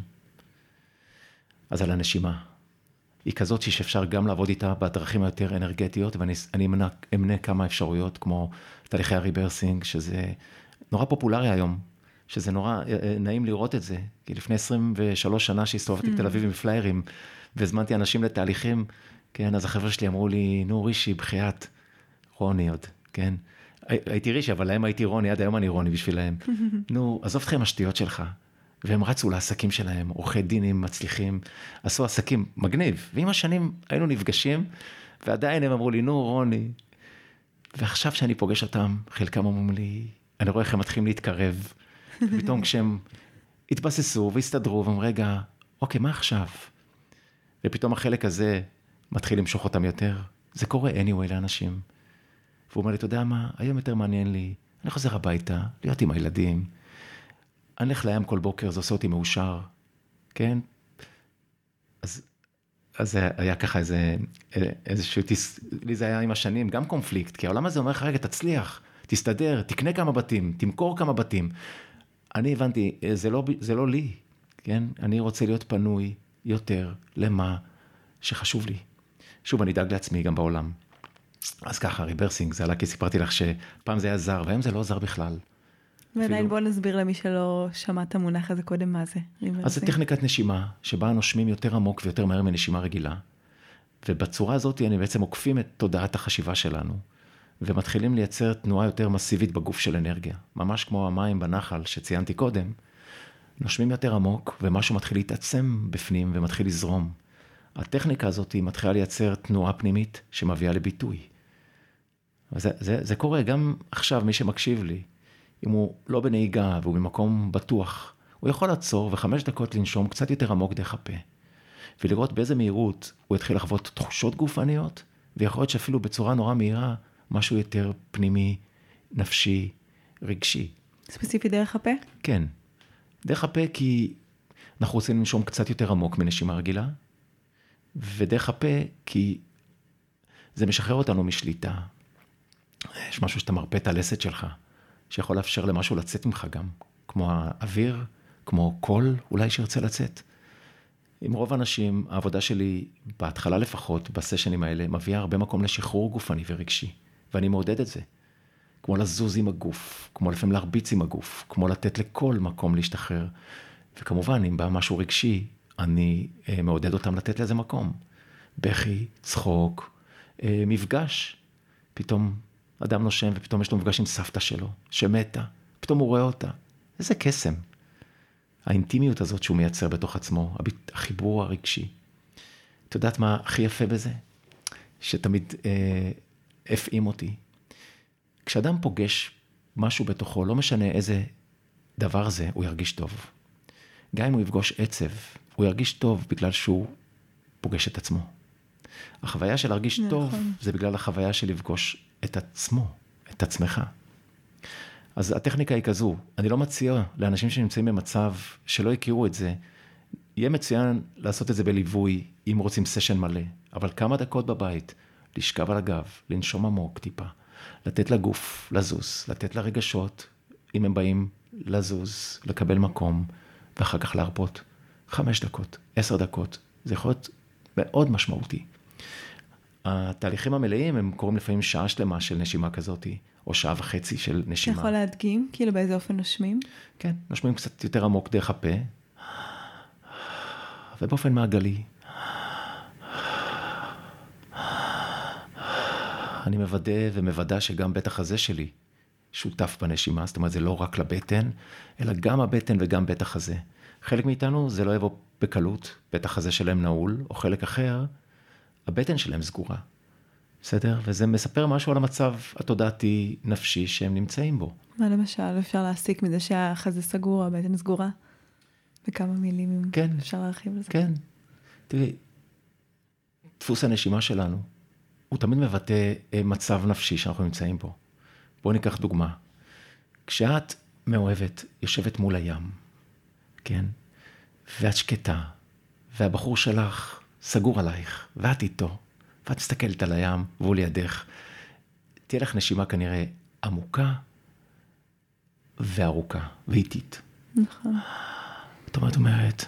אז על הנשימה. היא כזאת שאפשר גם לעבוד איתה בדרכים היותר אנרגטיות, ואני אמנה, אמנה כמה אפשרויות, כמו תהליכי הריברסינג, שזה נורא פופולרי היום, שזה נורא נעים לראות את זה, כי לפני עשרים ושלוש שנה שהסתובבתי בתל אביב עם פליירים, והזמנתי אנשים לתהליכים, כן, אז החבר'ה שלי אמרו לי, נו רישי, בחיית, רוני עוד, כן, הייתי רישי, אבל להם הייתי רוני, עד היום אני רוני בשבילהם, נו, עזוב אתכם השטויות שלך, והם רצו לעסקים שלהם, עורכי דינים מצליחים, עשו עסקים מגניב, ועם השנים היינו נפגשים, ועדיין הם אמרו לי, נו רוני, ועכשיו שאני פוגש אותם, חלקם אומרים לי, אני רואה איך הם מתחילים להתקרב, ופתאום כשהם התבססו והסתדרו, והם רגע, אוקיי, מה עכשיו? ופתאום החלק הזה מתחיל למשוך אותם יותר, זה קורה anyway לאנשים. והוא אומר לי, אתה יודע מה, היום יותר מעניין לי, אני חוזר הביתה, להיות עם הילדים, אני הולך לים כל בוקר, זה עושה אותי מאושר, כן? אז, אז זה היה ככה איזה, איזשהו, לי זה היה עם השנים, גם קונפליקט, כי העולם הזה אומר לך, רגע, תצליח, תסתדר, תקנה כמה בתים, תמכור כמה בתים. אני הבנתי, זה לא, זה לא לי, כן? אני רוצה להיות פנוי יותר למה שחשוב לי. שוב, אני דאג לעצמי גם בעולם. אז ככה, ריברסינג, זה עלה כי סיפרתי לך שפעם זה היה זר, והיום זה לא זר בכלל. ועדיין בוא נסביר למי שלא שמע את המונח הזה קודם מה זה. אז זה טכניקת נשימה, שבה נושמים יותר עמוק ויותר מהר מנשימה רגילה, ובצורה הזאת אני בעצם עוקפים את תודעת החשיבה שלנו, ומתחילים לייצר תנועה יותר מסיבית בגוף של אנרגיה, ממש כמו המים בנחל שציינתי קודם, נושמים יותר עמוק, ומשהו מתחיל להתעצם בפנים ומתחיל לזרום. הטכניקה הזאת היא מתחילה לייצר תנועה פנימית שמביאה לביטוי. זה, זה, זה קורה גם עכשיו, מי שמקשיב לי, אם הוא לא בנהיגה והוא במקום בטוח, הוא יכול לעצור וחמש דקות לנשום קצת יותר עמוק דרך הפה, ולראות באיזה מהירות הוא יתחיל לחוות תחושות גופניות, ויכול להיות שאפילו בצורה נורא מהירה, משהו יותר פנימי, נפשי, רגשי. ספציפי דרך הפה? כן. דרך הפה כי אנחנו רוצים לנשום קצת יותר עמוק מנשימה רגילה, ודרך הפה כי זה משחרר אותנו משליטה. יש משהו שאתה מרפא את הלסת שלך, שיכול לאפשר למשהו לצאת ממך גם, כמו האוויר, כמו קול אולי שירצה לצאת. עם רוב האנשים, העבודה שלי, בהתחלה לפחות, בסשנים האלה, מביאה הרבה מקום לשחרור גופני ורגשי, ואני מעודד את זה. כמו לזוז עם הגוף, כמו לפעמים להרביץ עם הגוף, כמו לתת לכל מקום להשתחרר. וכמובן, אם בא משהו רגשי, אני אה, מעודד אותם לתת לזה מקום. בכי, צחוק, אה, מפגש. פתאום אדם נושם, ופתאום יש לו מפגש עם סבתא שלו, שמתה. פתאום הוא רואה אותה. איזה קסם. האינטימיות הזאת שהוא מייצר בתוך עצמו, החיבור הרגשי. את יודעת מה הכי יפה בזה? שתמיד אה, הפעים אותי. כשאדם פוגש משהו בתוכו, לא משנה איזה דבר זה, הוא ירגיש טוב. גם אם הוא יפגוש עצב, הוא ירגיש טוב בגלל שהוא פוגש את עצמו. החוויה של להרגיש נכון. טוב, זה בגלל החוויה של לפגוש את עצמו, את עצמך. אז הטכניקה היא כזו, אני לא מציע לאנשים שנמצאים במצב שלא הכירו את זה, יהיה מצוין לעשות את זה בליווי, אם רוצים סשן מלא, אבל כמה דקות בבית, לשכב על הגב, לנשום עמוק טיפה, לתת לגוף לזוז, לתת לרגשות, אם הם באים לזוז, לקבל מקום, ואחר כך להרפות. חמש דקות, עשר דקות, זה יכול להיות מאוד משמעותי. התהליכים המלאים הם קוראים לפעמים שעה שלמה של נשימה כזאת, או שעה וחצי של נשימה. אתה יכול להדגים, כאילו באיזה אופן נושמים? כן, נושמים קצת יותר עמוק דרך הפה, ובאופן מעגלי. אני מוודא ומוודא שגם בית החזה שלי שותף בנשימה, זאת אומרת זה לא רק לבטן, אלא גם הבטן וגם בית החזה. חלק מאיתנו זה לא יבוא בקלות, בית החזה שלהם נעול, או חלק אחר, הבטן שלהם סגורה. בסדר? וזה מספר משהו על המצב התודעתי נפשי שהם נמצאים בו. מה למשל אפשר להסיק מזה שהחזה סגור, הבטן סגורה? בכמה מילים כן, אפשר להרחיב לזה? כן. תראי, דפוס הנשימה שלנו, הוא תמיד מבטא מצב נפשי שאנחנו נמצאים בו. בואו ניקח דוגמה. כשאת מאוהבת, יושבת מול הים, כן? ואת שקטה, והבחור שלך סגור עלייך, ואת איתו, ואת מסתכלת על הים, והוא לידך. תהיה לך נשימה כנראה עמוקה, וארוכה, ואיטית. נכון. זאת אומרת, אומרת,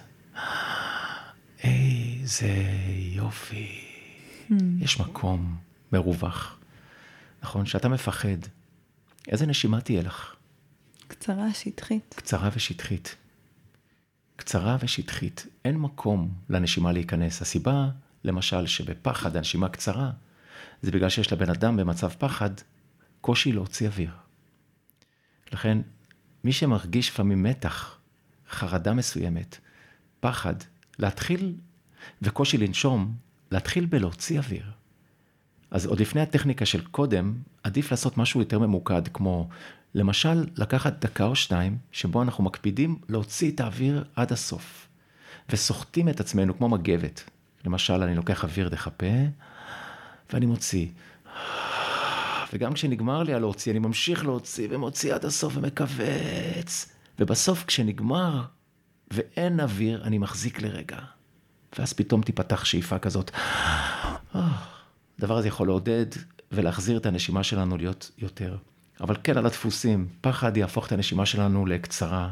איזה יופי. Hmm. יש מקום מרווח. נכון, שאתה מפחד. איזה נשימה תהיה לך? קצרה, שטחית. קצרה ושטחית. קצרה ושטחית. אין מקום לנשימה להיכנס. הסיבה, למשל, שבפחד הנשימה קצרה, זה בגלל שיש לבן אדם במצב פחד, קושי להוציא אוויר. לכן, מי שמרגיש לפעמים מתח, חרדה מסוימת, פחד, להתחיל, וקושי לנשום, להתחיל בלהוציא אוויר. אז עוד לפני הטכניקה של קודם, עדיף לעשות משהו יותר ממוקד, כמו למשל לקחת דקה או שניים, שבו אנחנו מקפידים להוציא את האוויר עד הסוף, וסוחטים את עצמנו כמו מגבת. למשל, אני לוקח אוויר דרך הפה, ואני מוציא. וגם כשנגמר לי להוציא, אני ממשיך להוציא, ומוציא עד הסוף ומכווץ. ובסוף כשנגמר, ואין אוויר, אני מחזיק לרגע. ואז פתאום תיפתח שאיפה כזאת. הדבר הזה יכול לעודד ולהחזיר את הנשימה שלנו להיות יותר. אבל כן על הדפוסים, פחד יהפוך את הנשימה שלנו לקצרה.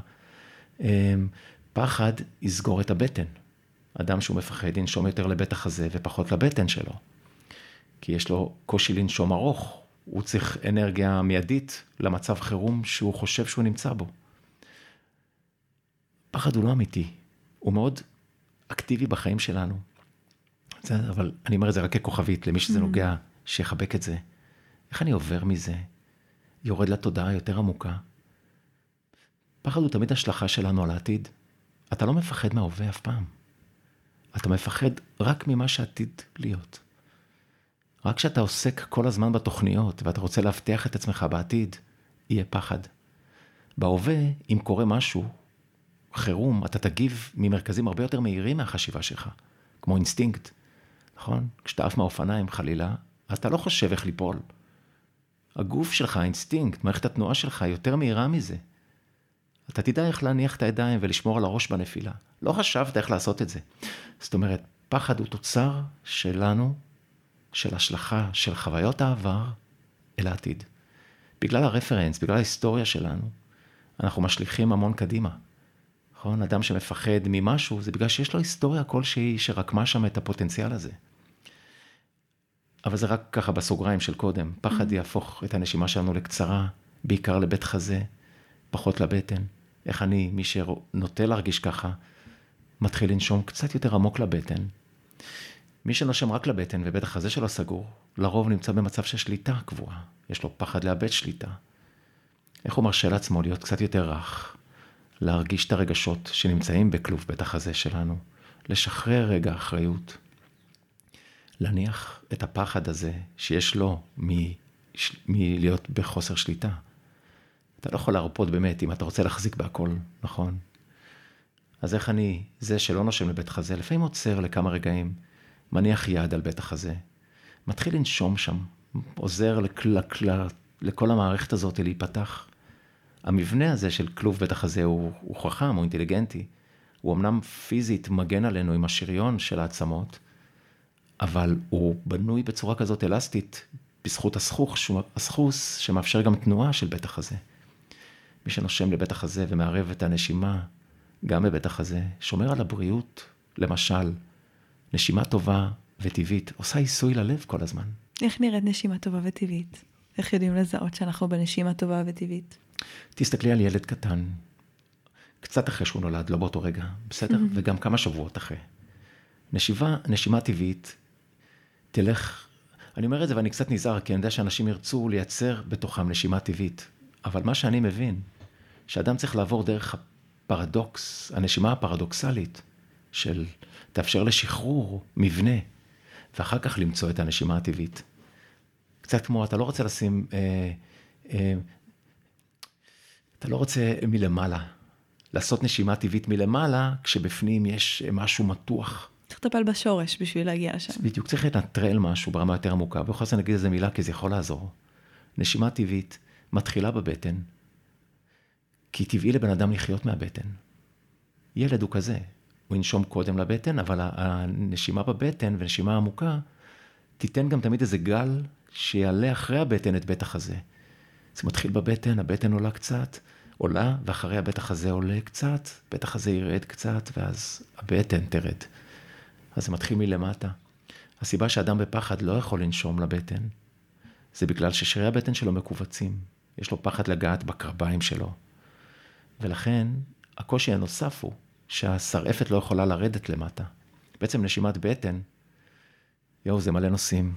פחד יסגור את הבטן. אדם שהוא מפחד ינשום יותר לבית החזה ופחות לבטן שלו. כי יש לו קושי לנשום ארוך. הוא צריך אנרגיה מיידית למצב חירום שהוא חושב שהוא נמצא בו. פחד הוא לא אמיתי. הוא מאוד אקטיבי בחיים שלנו. אבל אני אומר את זה רק ככוכבית, למי שזה נוגע, שיחבק את זה. איך אני עובר מזה? יורד לתודעה יותר עמוקה. פחד הוא תמיד השלכה שלנו על העתיד. אתה לא מפחד מההווה אף פעם. אתה מפחד רק ממה שעתיד להיות. רק כשאתה עוסק כל הזמן בתוכניות, ואתה רוצה להבטיח את עצמך בעתיד, יהיה פחד. בהווה, אם קורה משהו, חירום, אתה תגיב ממרכזים הרבה יותר מהירים מהחשיבה שלך, כמו אינסטינקט, נכון? כשאתה עף מהאופניים חלילה, אז אתה לא חושב איך ליפול. הגוף שלך, האינסטינקט, מערכת התנועה שלך, יותר מהירה מזה. אתה תדע איך להניח את הידיים ולשמור על הראש בנפילה. לא חשבת איך לעשות את זה. זאת אומרת, פחד הוא תוצר שלנו, של השלכה, של חוויות העבר אל העתיד. בגלל הרפרנס, בגלל ההיסטוריה שלנו, אנחנו משליכים המון קדימה. נכון? אדם שמפחד ממשהו, זה בגלל שיש לו היסטוריה כלשהי שרקמה שם את הפוטנציאל הזה. אבל זה רק ככה בסוגריים של קודם. פחד יהפוך את הנשימה שלנו לקצרה, בעיקר לבית חזה, פחות לבטן. איך אני, מי שנוטה להרגיש ככה, מתחיל לנשום קצת יותר עמוק לבטן. מי שנושם רק לבטן ובית החזה שלו סגור, לרוב נמצא במצב של שליטה קבועה. יש לו פחד לאבד שליטה. איך הוא מרשה לעצמו להיות קצת יותר רך, להרגיש את הרגשות שנמצאים בכלוב בית החזה שלנו, לשחרר רגע אחריות, להניח את הפחד הזה שיש לו מ- מלהיות בחוסר שליטה. אתה לא יכול להרפות באמת אם אתה רוצה להחזיק בהכל, נכון? אז איך אני, זה שלא נושם לבית חזה, לפעמים עוצר לכמה רגעים, מניח יד על בית החזה, מתחיל לנשום שם, עוזר לכ- לכ- לכל המערכת הזאת להיפתח. המבנה הזה של כלוב בית החזה הוא, הוא חכם, הוא אינטליגנטי, הוא אמנם פיזית מגן עלינו עם השריון של העצמות, אבל הוא בנוי בצורה כזאת אלסטית, בזכות הסחוס, הסחוס שמאפשר גם תנועה של בית החזה. מי שנושם לבית החזה ומערב את הנשימה, גם בבית החזה, שומר על הבריאות, למשל, נשימה טובה וטבעית, עושה עיסוי ללב כל הזמן. איך נראית נשימה טובה וטבעית? איך יודעים לזהות שאנחנו בנשימה טובה וטבעית? תסתכלי על ילד קטן, קצת אחרי שהוא נולד, לא באותו רגע, בסדר? Mm-hmm. וגם כמה שבועות אחרי. נשימה, נשימה טבעית, תלך, אני אומר את זה ואני קצת נזהר, כי אני יודע שאנשים ירצו לייצר בתוכם נשימה טבעית, אבל מה שאני מבין, שאדם צריך לעבור דרך הפרדוקס, הנשימה הפרדוקסלית, של תאפשר לשחרור מבנה, ואחר כך למצוא את הנשימה הטבעית. קצת כמו, אתה לא רוצה לשים, אה, אה, אתה לא רוצה מלמעלה, לעשות נשימה טבעית מלמעלה, כשבפנים יש משהו מתוח. צריך לטפל בשורש בשביל להגיע לשם. בדיוק, צריך לנטרל משהו ברמה יותר עמוקה, בכל זאת נגיד איזה מילה, כי זה יכול לעזור. נשימה טבעית מתחילה בבטן, כי טבעי לבן אדם לחיות מהבטן. ילד הוא כזה, הוא ינשום קודם לבטן, אבל הנשימה בבטן ונשימה עמוקה, תיתן גם תמיד איזה גל שיעלה אחרי הבטן את בית החזה. זה מתחיל בבטן, הבטן עולה קצת, עולה, ואחרי הבית החזה עולה קצת, בית החזה ירד קצת, ואז הבטן תרד. אז זה מתחיל מלמטה. הסיבה שאדם בפחד לא יכול לנשום לבטן, זה בגלל ששרירי הבטן שלו מקובצים. יש לו פחד לגעת בקרביים שלו. ולכן, הקושי הנוסף הוא שהשרעפת לא יכולה לרדת למטה. בעצם נשימת בטן, יואו, זה מלא נושאים.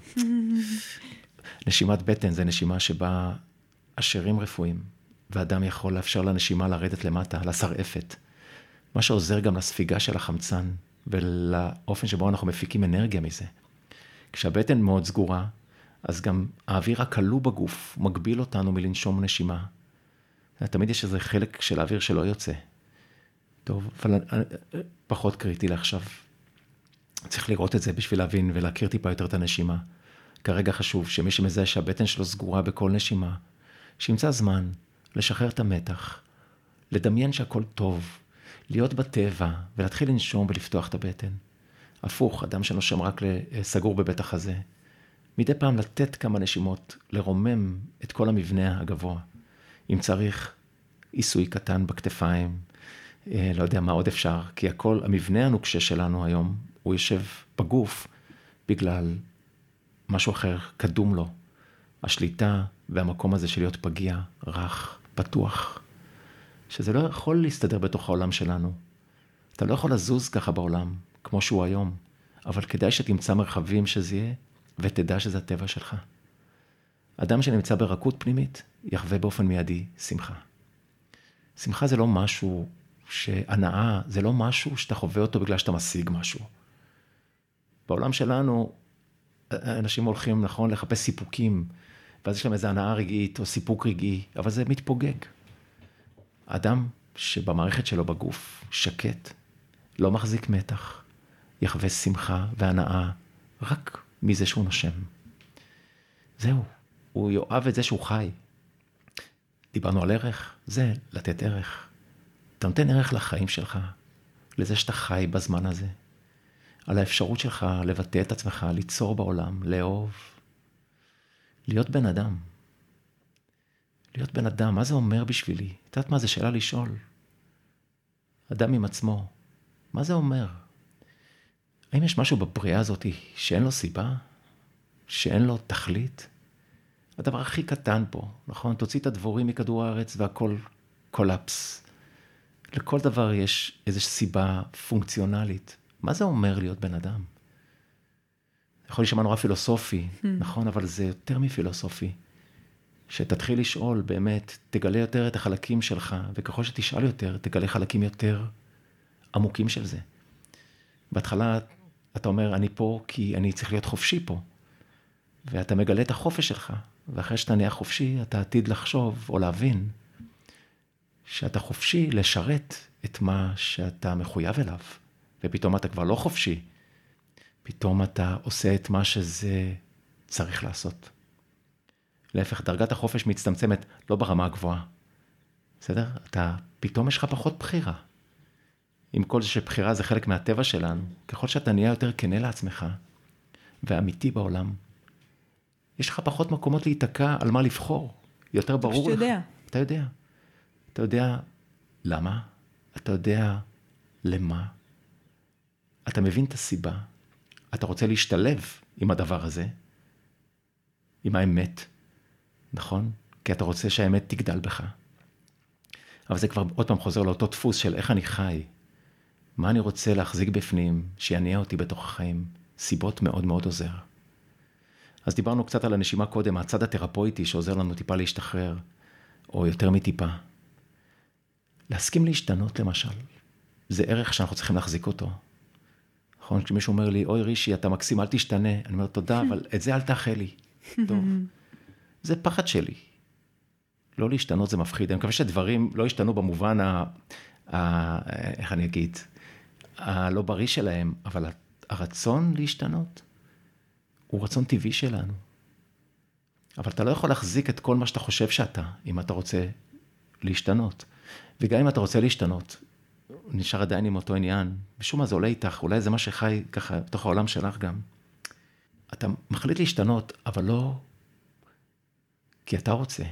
נשימת בטן זה נשימה שבה השרירים רפואיים, ואדם יכול לאפשר לנשימה לרדת למטה, לשרעפת. מה שעוזר גם לספיגה של החמצן, ולאופן שבו אנחנו מפיקים אנרגיה מזה. כשהבטן מאוד סגורה, אז גם האוויר הקלו בגוף מגביל אותנו מלנשום נשימה. תמיד יש איזה חלק של האוויר שלא יוצא. טוב, אבל פחות קריטי לעכשיו. צריך לראות את זה בשביל להבין ולהכיר טיפה יותר את הנשימה. כרגע חשוב שמי שמזהה שהבטן שלו סגורה בכל נשימה, שימצא זמן לשחרר את המתח, לדמיין שהכל טוב, להיות בטבע ולהתחיל לנשום ולפתוח את הבטן. הפוך, אדם שנושם רק סגור בבית החזה. מדי פעם לתת כמה נשימות, לרומם את כל המבנה הגבוה. אם צריך, עיסוי קטן בכתפיים, לא יודע מה עוד אפשר, כי הכל, המבנה הנוקשה שלנו היום, הוא יושב בגוף בגלל משהו אחר, קדום לו. השליטה והמקום הזה של להיות פגיע, רך, פתוח, שזה לא יכול להסתדר בתוך העולם שלנו. אתה לא יכול לזוז ככה בעולם, כמו שהוא היום, אבל כדאי שתמצא מרחבים שזה יהיה, ותדע שזה הטבע שלך. אדם שנמצא ברכות פנימית, יחווה באופן מיידי שמחה. שמחה זה לא משהו שהנאה, זה לא משהו שאתה חווה אותו בגלל שאתה משיג משהו. בעולם שלנו, אנשים הולכים, נכון, לחפש סיפוקים, ואז יש להם איזו הנאה רגעית או סיפוק רגעי, אבל זה מתפוגג. אדם שבמערכת שלו בגוף שקט, לא מחזיק מתח, יחווה שמחה והנאה רק מזה שהוא נושם. זהו, הוא יאהב את זה שהוא חי. דיברנו על ערך, זה לתת ערך. אתה נותן ערך לחיים שלך, לזה שאתה חי בזמן הזה, על האפשרות שלך לבטא את עצמך, ליצור בעולם, לאהוב, להיות בן אדם. להיות בן אדם, מה זה אומר בשבילי? את יודעת מה? זה שאלה לשאול. אדם עם עצמו. מה זה אומר? האם יש משהו בבריאה הזאת שאין לו סיבה? שאין לו תכלית? הדבר הכי קטן פה, נכון? תוציא את הדבורים מכדור הארץ והכל קולפס. לכל דבר יש איזושהי סיבה פונקציונלית. מה זה אומר להיות בן אדם? יכול להישמע נורא פילוסופי, hmm. נכון? אבל זה יותר מפילוסופי. שתתחיל לשאול, באמת, תגלה יותר את החלקים שלך, וככל שתשאל יותר, תגלה חלקים יותר עמוקים של זה. בהתחלה אתה אומר, אני פה כי אני צריך להיות חופשי פה. ואתה מגלה את החופש שלך, ואחרי שאתה נהיה חופשי, אתה עתיד לחשוב או להבין שאתה חופשי לשרת את מה שאתה מחויב אליו. ופתאום אתה כבר לא חופשי. פתאום אתה עושה את מה שזה צריך לעשות. להפך, דרגת החופש מצטמצמת לא ברמה הגבוהה. בסדר? אתה, פתאום יש לך פחות בחירה. עם כל זה שבחירה זה חלק מהטבע שלנו, ככל שאתה נהיה יותר כנה לעצמך, ואמיתי בעולם, יש לך פחות מקומות להתעקע על מה לבחור. יותר ברור לך. יודע. אתה יודע. אתה יודע למה? אתה יודע למה? אתה מבין את הסיבה? אתה רוצה להשתלב עם הדבר הזה? עם האמת? נכון? כי אתה רוצה שהאמת תגדל בך. אבל זה כבר עוד פעם חוזר לאותו דפוס של איך אני חי. מה אני רוצה להחזיק בפנים, שיניע אותי בתוך החיים. סיבות מאוד מאוד עוזר. אז דיברנו קצת על הנשימה קודם, הצד התרפויטי שעוזר לנו טיפה להשתחרר, או יותר מטיפה. להסכים להשתנות למשל, זה ערך שאנחנו צריכים להחזיק אותו. נכון? כשמישהו אומר לי, אוי רישי, אתה מקסים, אל תשתנה. אני אומר, תודה, אבל את זה אל תאחל לי. טוב. זה פחד שלי. לא להשתנות זה מפחיד. אני מקווה שדברים לא ישתנו במובן, ה, ה, איך אני אגיד, הלא בריא שלהם, אבל הרצון להשתנות הוא רצון טבעי שלנו. אבל אתה לא יכול להחזיק את כל מה שאתה חושב שאתה, אם אתה רוצה להשתנות. וגם אם אתה רוצה להשתנות, נשאר עדיין עם אותו עניין, משום מה זה עולה איתך, אולי זה מה שחי ככה בתוך העולם שלך גם. אתה מחליט להשתנות, אבל לא כי אתה רוצה,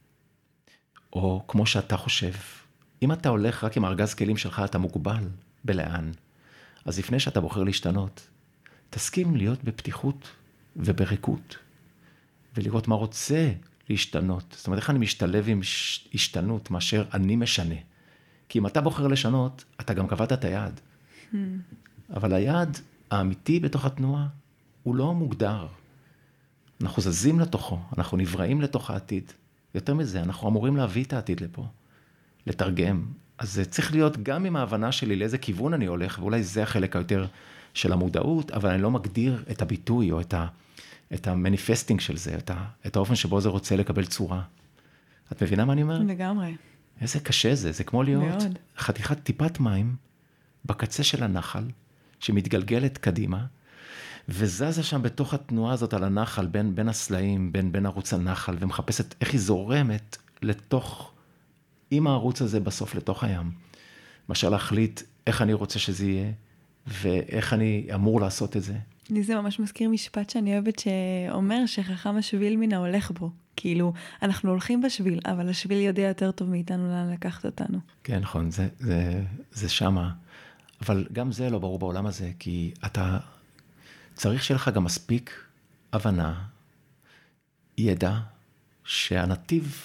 או כמו שאתה חושב. אם אתה הולך רק עם ארגז כלים שלך, אתה מוגבל בלאן. אז לפני שאתה בוחר להשתנות, תסכים להיות בפתיחות ובריקות, ולראות מה רוצה להשתנות. זאת אומרת, איך אני משתלב עם השתנות מאשר אני משנה. כי אם אתה בוחר לשנות, אתה גם קבעת את היעד. Hmm. אבל היעד האמיתי בתוך התנועה, הוא לא מוגדר. אנחנו זזים לתוכו, אנחנו נבראים לתוך העתיד. יותר מזה, אנחנו אמורים להביא את העתיד לפה, לתרגם. אז זה צריך להיות גם עם ההבנה שלי לאיזה כיוון אני הולך, ואולי זה החלק היותר של המודעות, אבל אני לא מגדיר את הביטוי או את ה... את המניפסטינג של זה, את, ה, את האופן שבו זה רוצה לקבל צורה. את מבינה מה אני אומר? לגמרי. איזה קשה זה, זה כמו להיות מאוד. חתיכת טיפת מים בקצה של הנחל, שמתגלגלת קדימה, וזזה שם בתוך התנועה הזאת על הנחל, בין, בין הסלעים, בין, בין ערוץ הנחל, ומחפשת איך היא זורמת לתוך, עם הערוץ הזה בסוף לתוך הים. מאשר להחליט איך אני רוצה שזה יהיה, ואיך אני אמור לעשות את זה. לי זה ממש מזכיר משפט שאני אוהבת שאומר שחכם השביל מן ההולך בו. כאילו, אנחנו הולכים בשביל, אבל השביל יודע יותר טוב מאיתנו לאן לקחת אותנו. כן, נכון, זה, זה, זה שמה. אבל גם זה לא ברור בעולם הזה, כי אתה צריך שיהיה לך גם מספיק הבנה, ידע, שהנתיב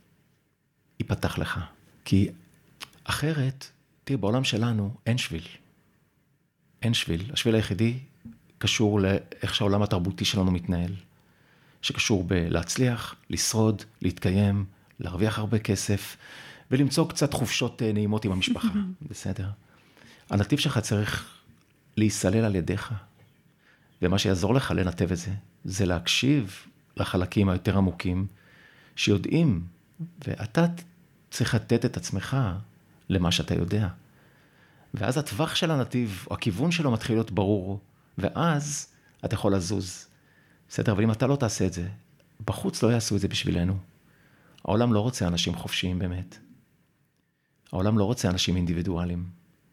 ייפתח לך. כי אחרת, תראה, בעולם שלנו אין שביל. אין שביל. השביל היחידי קשור לאיך שהעולם התרבותי שלנו מתנהל. שקשור בלהצליח, לשרוד, להתקיים, להרוויח הרבה כסף, ולמצוא קצת חופשות נעימות עם המשפחה. בסדר? הנתיב שלך צריך להיסלל על ידיך. ומה שיעזור לך לנתב את זה, זה להקשיב לחלקים היותר עמוקים, שיודעים, ואתה צריך לתת את עצמך למה שאתה יודע. ואז הטווח של הנתיב, או הכיוון שלו מתחיל להיות ברור, ואז אתה יכול לזוז. בסדר, אבל אם אתה לא תעשה את זה, בחוץ לא יעשו את זה בשבילנו. העולם לא רוצה אנשים חופשיים באמת. העולם לא רוצה אנשים אינדיבידואליים.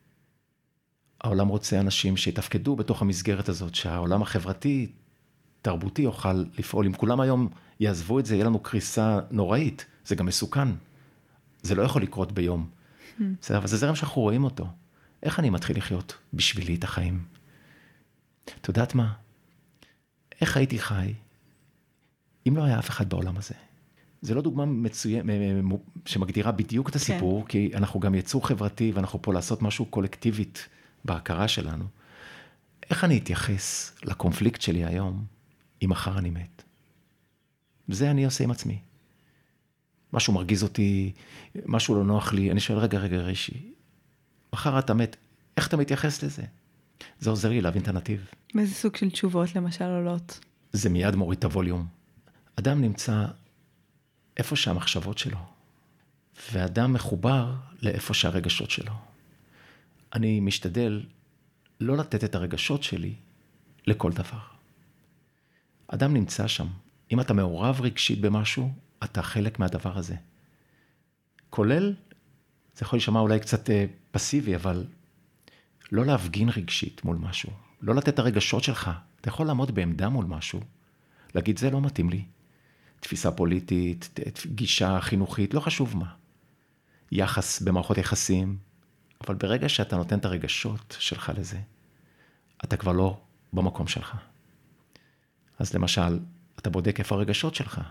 העולם רוצה אנשים שיתפקדו בתוך המסגרת הזאת, שהעולם החברתי, תרבותי יוכל לפעול. אם כולם היום יעזבו את זה, יהיה לנו קריסה נוראית. זה גם מסוכן. זה לא יכול לקרות ביום. בסדר, אבל זה זרם שאנחנו רואים אותו. איך אני מתחיל לחיות בשבילי את החיים? את יודעת מה? איך הייתי חי אם לא היה אף אחד בעולם הזה? זה לא דוגמה מצוין, שמגדירה בדיוק את הסיפור, כן. כי אנחנו גם יצור חברתי, ואנחנו פה לעשות משהו קולקטיבית בהכרה שלנו. איך אני אתייחס לקונפליקט שלי היום, אם מחר אני מת? זה אני עושה עם עצמי. משהו מרגיז אותי, משהו לא נוח לי, אני שואל, רגע, רגע, רישי, מחר אתה מת, איך אתה מתייחס לזה? זה עוזר לי להבין את הנתיב. מאיזה סוג של תשובות למשל עולות? זה מיד מוריד את הווליום. אדם נמצא איפה שהמחשבות שלו, ואדם מחובר לאיפה שהרגשות שלו. אני משתדל לא לתת את הרגשות שלי לכל דבר. אדם נמצא שם. אם אתה מעורב רגשית במשהו, אתה חלק מהדבר הזה. כולל, זה יכול להישמע אולי קצת אה, פסיבי, אבל לא להפגין רגשית מול משהו. לא לתת את הרגשות שלך. אתה יכול לעמוד בעמדה מול משהו, להגיד, זה לא מתאים לי. תפיסה פוליטית, גישה חינוכית, לא חשוב מה. יחס במערכות יחסים, אבל ברגע שאתה נותן את הרגשות שלך לזה, אתה כבר לא במקום שלך. אז למשל, אתה בודק איפה הרגשות שלך.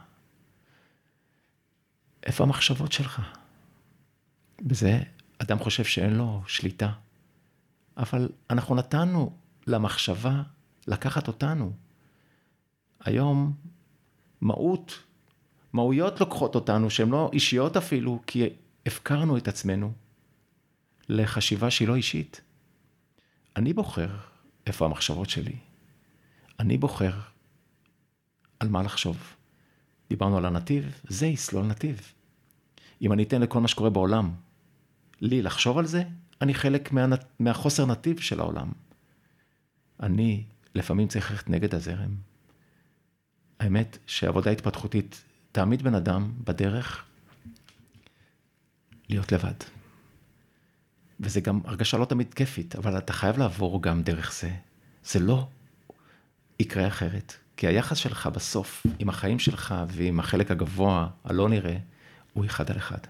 איפה המחשבות שלך? בזה אדם חושב שאין לו שליטה. אבל אנחנו נתנו למחשבה לקחת אותנו. היום מהות, מהויות לוקחות אותנו, שהן לא אישיות אפילו, כי הפקרנו את עצמנו לחשיבה שהיא לא אישית. אני בוחר איפה המחשבות שלי. אני בוחר על מה לחשוב. דיברנו על הנתיב, זה יסלול נתיב. אם אני אתן לכל מה שקורה בעולם, לי לחשוב על זה, אני חלק מה, מהחוסר נתיב של העולם. אני לפעמים צריך ללכת נגד הזרם. האמת שעבודה התפתחותית תעמיד בן אדם בדרך להיות לבד. וזה גם הרגשה לא תמיד כיפית, אבל אתה חייב לעבור גם דרך זה. זה לא יקרה אחרת. כי היחס שלך בסוף, עם החיים שלך ועם החלק הגבוה, הלא נראה, הוא אחד על אחד.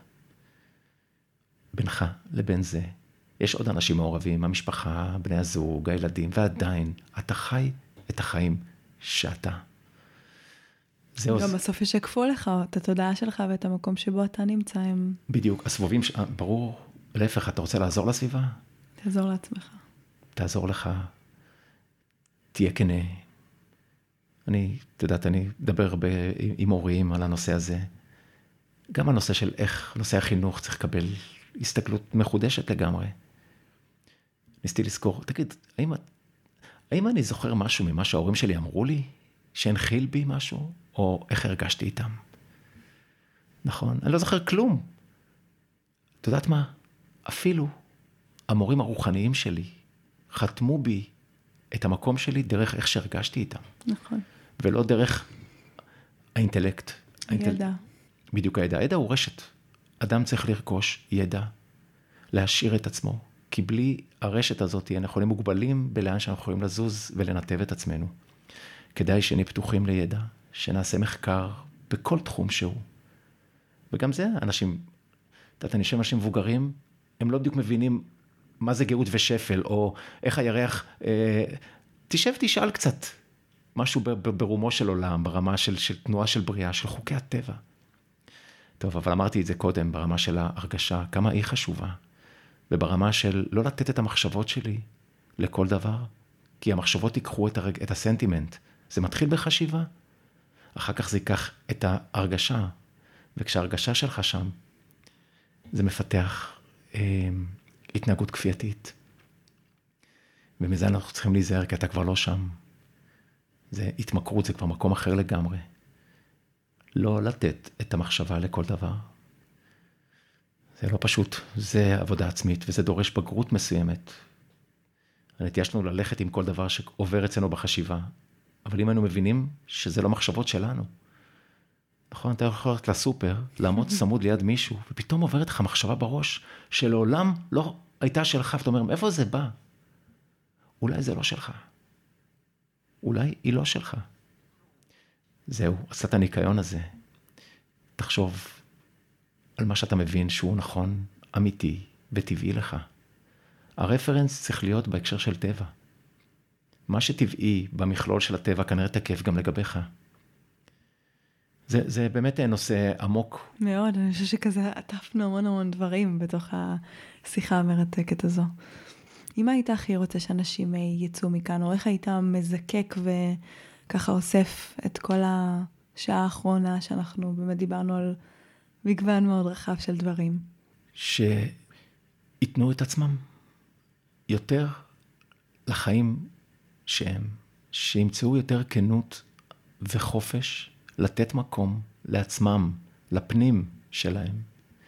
בינך לבין זה. יש עוד אנשים מעורבים, המשפחה, בני הזוג, הילדים, ועדיין אתה חי את החיים שאתה. גם זה... בסוף ישקפו לך את התודעה שלך ואת המקום שבו אתה נמצא. עם... בדיוק, הסבובים, ש... ברור, להפך, אתה רוצה לעזור לסביבה? תעזור לעצמך. תעזור לך, תהיה כנה. אני, אתה יודעת, אני מדבר ב... עם הורים על הנושא הזה. גם הנושא של איך נושא החינוך צריך לקבל הסתכלות מחודשת לגמרי. ניסיתי לזכור, תגיד, האם, האם אני זוכר משהו ממה שההורים שלי אמרו לי, שהנחיל בי משהו, או איך הרגשתי איתם? נכון? אני לא זוכר כלום. את יודעת מה? אפילו המורים הרוחניים שלי חתמו בי את המקום שלי דרך איך שהרגשתי איתם. נכון. ולא דרך האינטלקט. הידע. האינטל... בדיוק הידע. הידע הוא רשת. אדם צריך לרכוש ידע, להשאיר את עצמו. כי בלי הרשת הזאת, אנחנו יכולים מוגבלים בלאן שאנחנו יכולים לזוז ולנתב את עצמנו. כדאי שנהיה פתוחים לידע, שנעשה מחקר בכל תחום שהוא. וגם זה, אנשים, אתה יודע, אני חושב אנשים מבוגרים, הם לא בדיוק מבינים מה זה גאות ושפל, או איך הירח, אה, תשב תשאל קצת, משהו ברומו של עולם, ברמה של, של תנועה של בריאה, של חוקי הטבע. טוב, אבל אמרתי את זה קודם, ברמה של ההרגשה, כמה היא חשובה, וברמה של לא לתת את המחשבות שלי לכל דבר, כי המחשבות ייקחו את, הרג... את הסנטימנט. זה מתחיל בחשיבה, אחר כך זה ייקח את ההרגשה, וכשההרגשה שלך שם, זה מפתח אה, התנהגות כפייתית. ומזה אנחנו צריכים להיזהר, כי אתה כבר לא שם. זה התמכרות, זה כבר מקום אחר לגמרי. לא לתת את המחשבה לכל דבר. זה לא פשוט, זה עבודה עצמית, וזה דורש בגרות מסוימת. הנטייה שלנו ללכת עם כל דבר שעובר אצלנו בחשיבה, אבל אם היינו מבינים שזה לא מחשבות שלנו, נכון, אתה יכול ללכת לסופר, לעמוד צמוד ליד מישהו, ופתאום עוברת לך מחשבה בראש, שלעולם לא הייתה שלך, ואתה אומר, איפה זה בא? אולי זה לא שלך. אולי היא לא שלך. זהו, עשת הניקיון הזה. תחשוב על מה שאתה מבין שהוא נכון, אמיתי, וטבעי לך. הרפרנס צריך להיות בהקשר של טבע. מה שטבעי במכלול של הטבע כנראה תקף גם לגביך. זה, זה באמת נושא עמוק. מאוד, אני חושב שכזה עטפנו המון המון דברים בתוך השיחה המרתקת הזו. אם היית הכי רוצה שאנשים יצאו מכאן, או איך היית מזקק וככה אוסף את כל השעה האחרונה שאנחנו באמת דיברנו על מגוון מאוד רחב של דברים. שיתנו את עצמם יותר לחיים שהם, שימצאו יותר כנות וחופש, לתת מקום לעצמם, לפנים שלהם,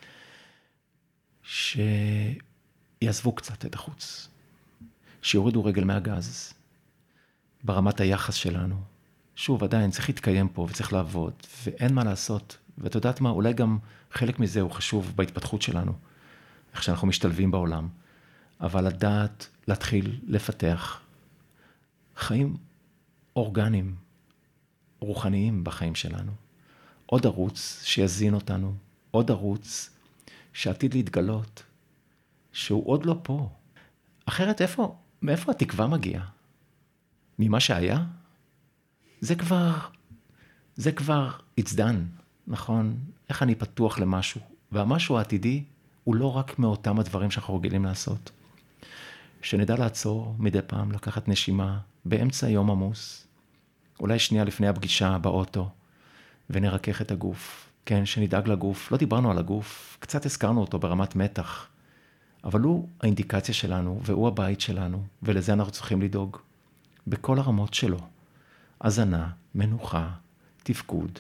שיעזבו קצת את החוץ, שיורידו רגל מהגז, ברמת היחס שלנו. שוב, עדיין צריך להתקיים פה וצריך לעבוד, ואין מה לעשות. ואת יודעת מה, אולי גם חלק מזה הוא חשוב בהתפתחות שלנו, איך שאנחנו משתלבים בעולם, אבל לדעת להתחיל לפתח חיים אורגניים, רוחניים בחיים שלנו. עוד ערוץ שיזין אותנו, עוד ערוץ שעתיד להתגלות, שהוא עוד לא פה. אחרת איפה, מאיפה התקווה מגיעה? ממה שהיה? זה כבר, זה כבר it's done, נכון? איך אני פתוח למשהו? והמשהו העתידי הוא לא רק מאותם הדברים שאנחנו רגילים לעשות. שנדע לעצור מדי פעם, לקחת נשימה באמצע יום עמוס, אולי שנייה לפני הפגישה באוטו, ונרכך את הגוף. כן, שנדאג לגוף. לא דיברנו על הגוף, קצת הזכרנו אותו ברמת מתח, אבל הוא האינדיקציה שלנו, והוא הבית שלנו, ולזה אנחנו צריכים לדאוג. בכל הרמות שלו. הזנה, מנוחה, תפקוד.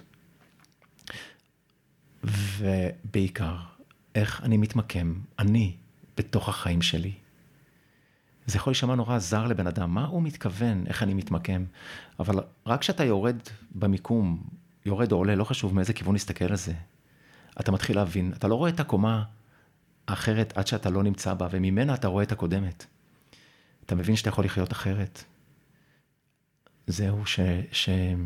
ובעיקר, איך אני מתמקם, אני, בתוך החיים שלי. זה יכול להישמע נורא זר לבן אדם, מה הוא מתכוון, איך אני מתמקם, אבל רק כשאתה יורד במיקום, יורד או עולה, לא חשוב מאיזה כיוון להסתכל על זה, אתה מתחיל להבין, אתה לא רואה את הקומה האחרת עד שאתה לא נמצא בה, וממנה אתה רואה את הקודמת. אתה מבין שאתה יכול לחיות אחרת. זהו ש... ש...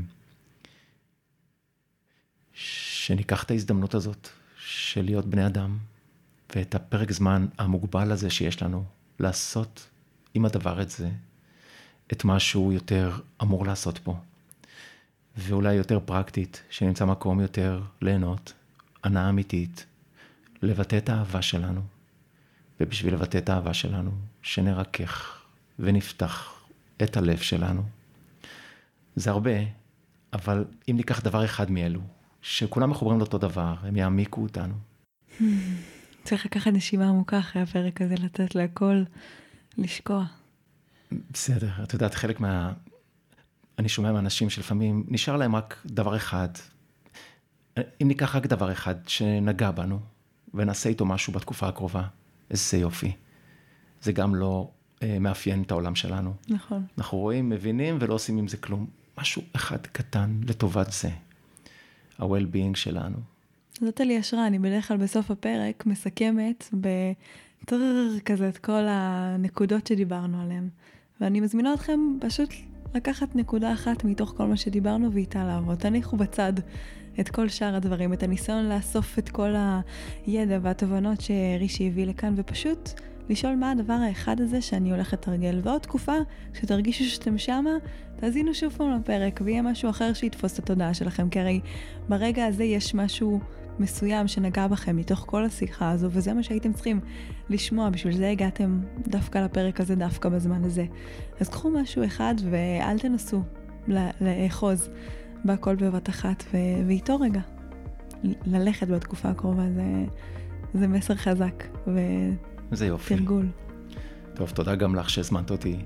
שניקח את ההזדמנות הזאת של להיות בני אדם, ואת הפרק זמן המוגבל הזה שיש לנו, לעשות עם הדבר הזה, את מה שהוא יותר אמור לעשות פה. ואולי יותר פרקטית, שנמצא מקום יותר ליהנות, ענה אמיתית, לבטא את האהבה שלנו, ובשביל לבטא את האהבה שלנו, שנרכך ונפתח את הלב שלנו. זה הרבה, אבל אם ניקח דבר אחד מאלו, שכולם מחוברים לאותו דבר, הם יעמיקו אותנו. צריך לקחת נשימה עמוקה אחרי הפרק הזה, לתת להכל לשקוע. בסדר, את יודעת, חלק מה... אני שומע מאנשים שלפעמים נשאר להם רק דבר אחד. אם ניקח רק דבר אחד שנגע בנו, ונעשה איתו משהו בתקופה הקרובה, איזה יופי. זה גם לא אה, מאפיין את העולם שלנו. נכון. אנחנו רואים, מבינים ולא עושים עם זה כלום. משהו אחד קטן לטובת זה. ה-well-being שלנו. זאת לי השראה, אני בדרך כלל בסוף הפרק מסכמת בטרר כזה את כל הנקודות שדיברנו עליהן. ואני מזמינה אתכם פשוט לקחת נקודה אחת מתוך כל מה שדיברנו ואיתה לעבוד. תניחו בצד את כל שאר הדברים, את הניסיון לאסוף את כל הידע והתובנות שרישי הביא לכאן, ופשוט לשאול מה הדבר האחד הזה שאני הולכת לתרגל. ועוד תקופה, כשתרגישו שאתם שמה, תאזינו שוב פעם לפרק, ויהיה משהו אחר שיתפוס את התודעה שלכם, כי הרי ברגע הזה יש משהו מסוים שנגע בכם מתוך כל השיחה הזו, וזה מה שהייתם צריכים לשמוע, בשביל זה הגעתם דווקא לפרק הזה, דווקא בזמן הזה. אז קחו משהו אחד ואל תנסו לאחוז בכל בבת אחת, ו- ואיתו רגע. ללכת בתקופה הקרובה, זה, זה מסר חזק ותרגול. זה יופי. טוב, תודה גם לך שהזמנת אותי,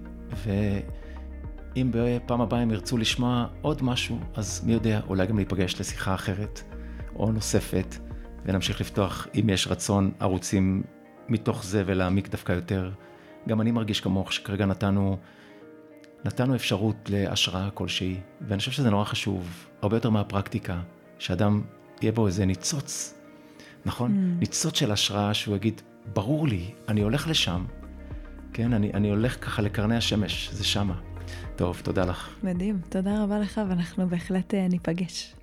ואם בפעם הבאה הם ירצו לשמוע עוד משהו, אז מי יודע, אולי גם להיפגש לשיחה אחרת, או נוספת, ונמשיך לפתוח, אם יש רצון, ערוצים מתוך זה ולהעמיק דווקא יותר. גם אני מרגיש כמוך שכרגע נתנו, נתנו אפשרות להשראה כלשהי, ואני חושב שזה נורא חשוב, הרבה יותר מהפרקטיקה, שאדם יהיה בו איזה ניצוץ, נכון? Mm. ניצוץ של השראה שהוא יגיד, ברור לי, אני הולך לשם, כן? אני, אני הולך ככה לקרני השמש, זה שמה. טוב, תודה לך. מדהים, תודה רבה לך, ואנחנו בהחלט ניפגש.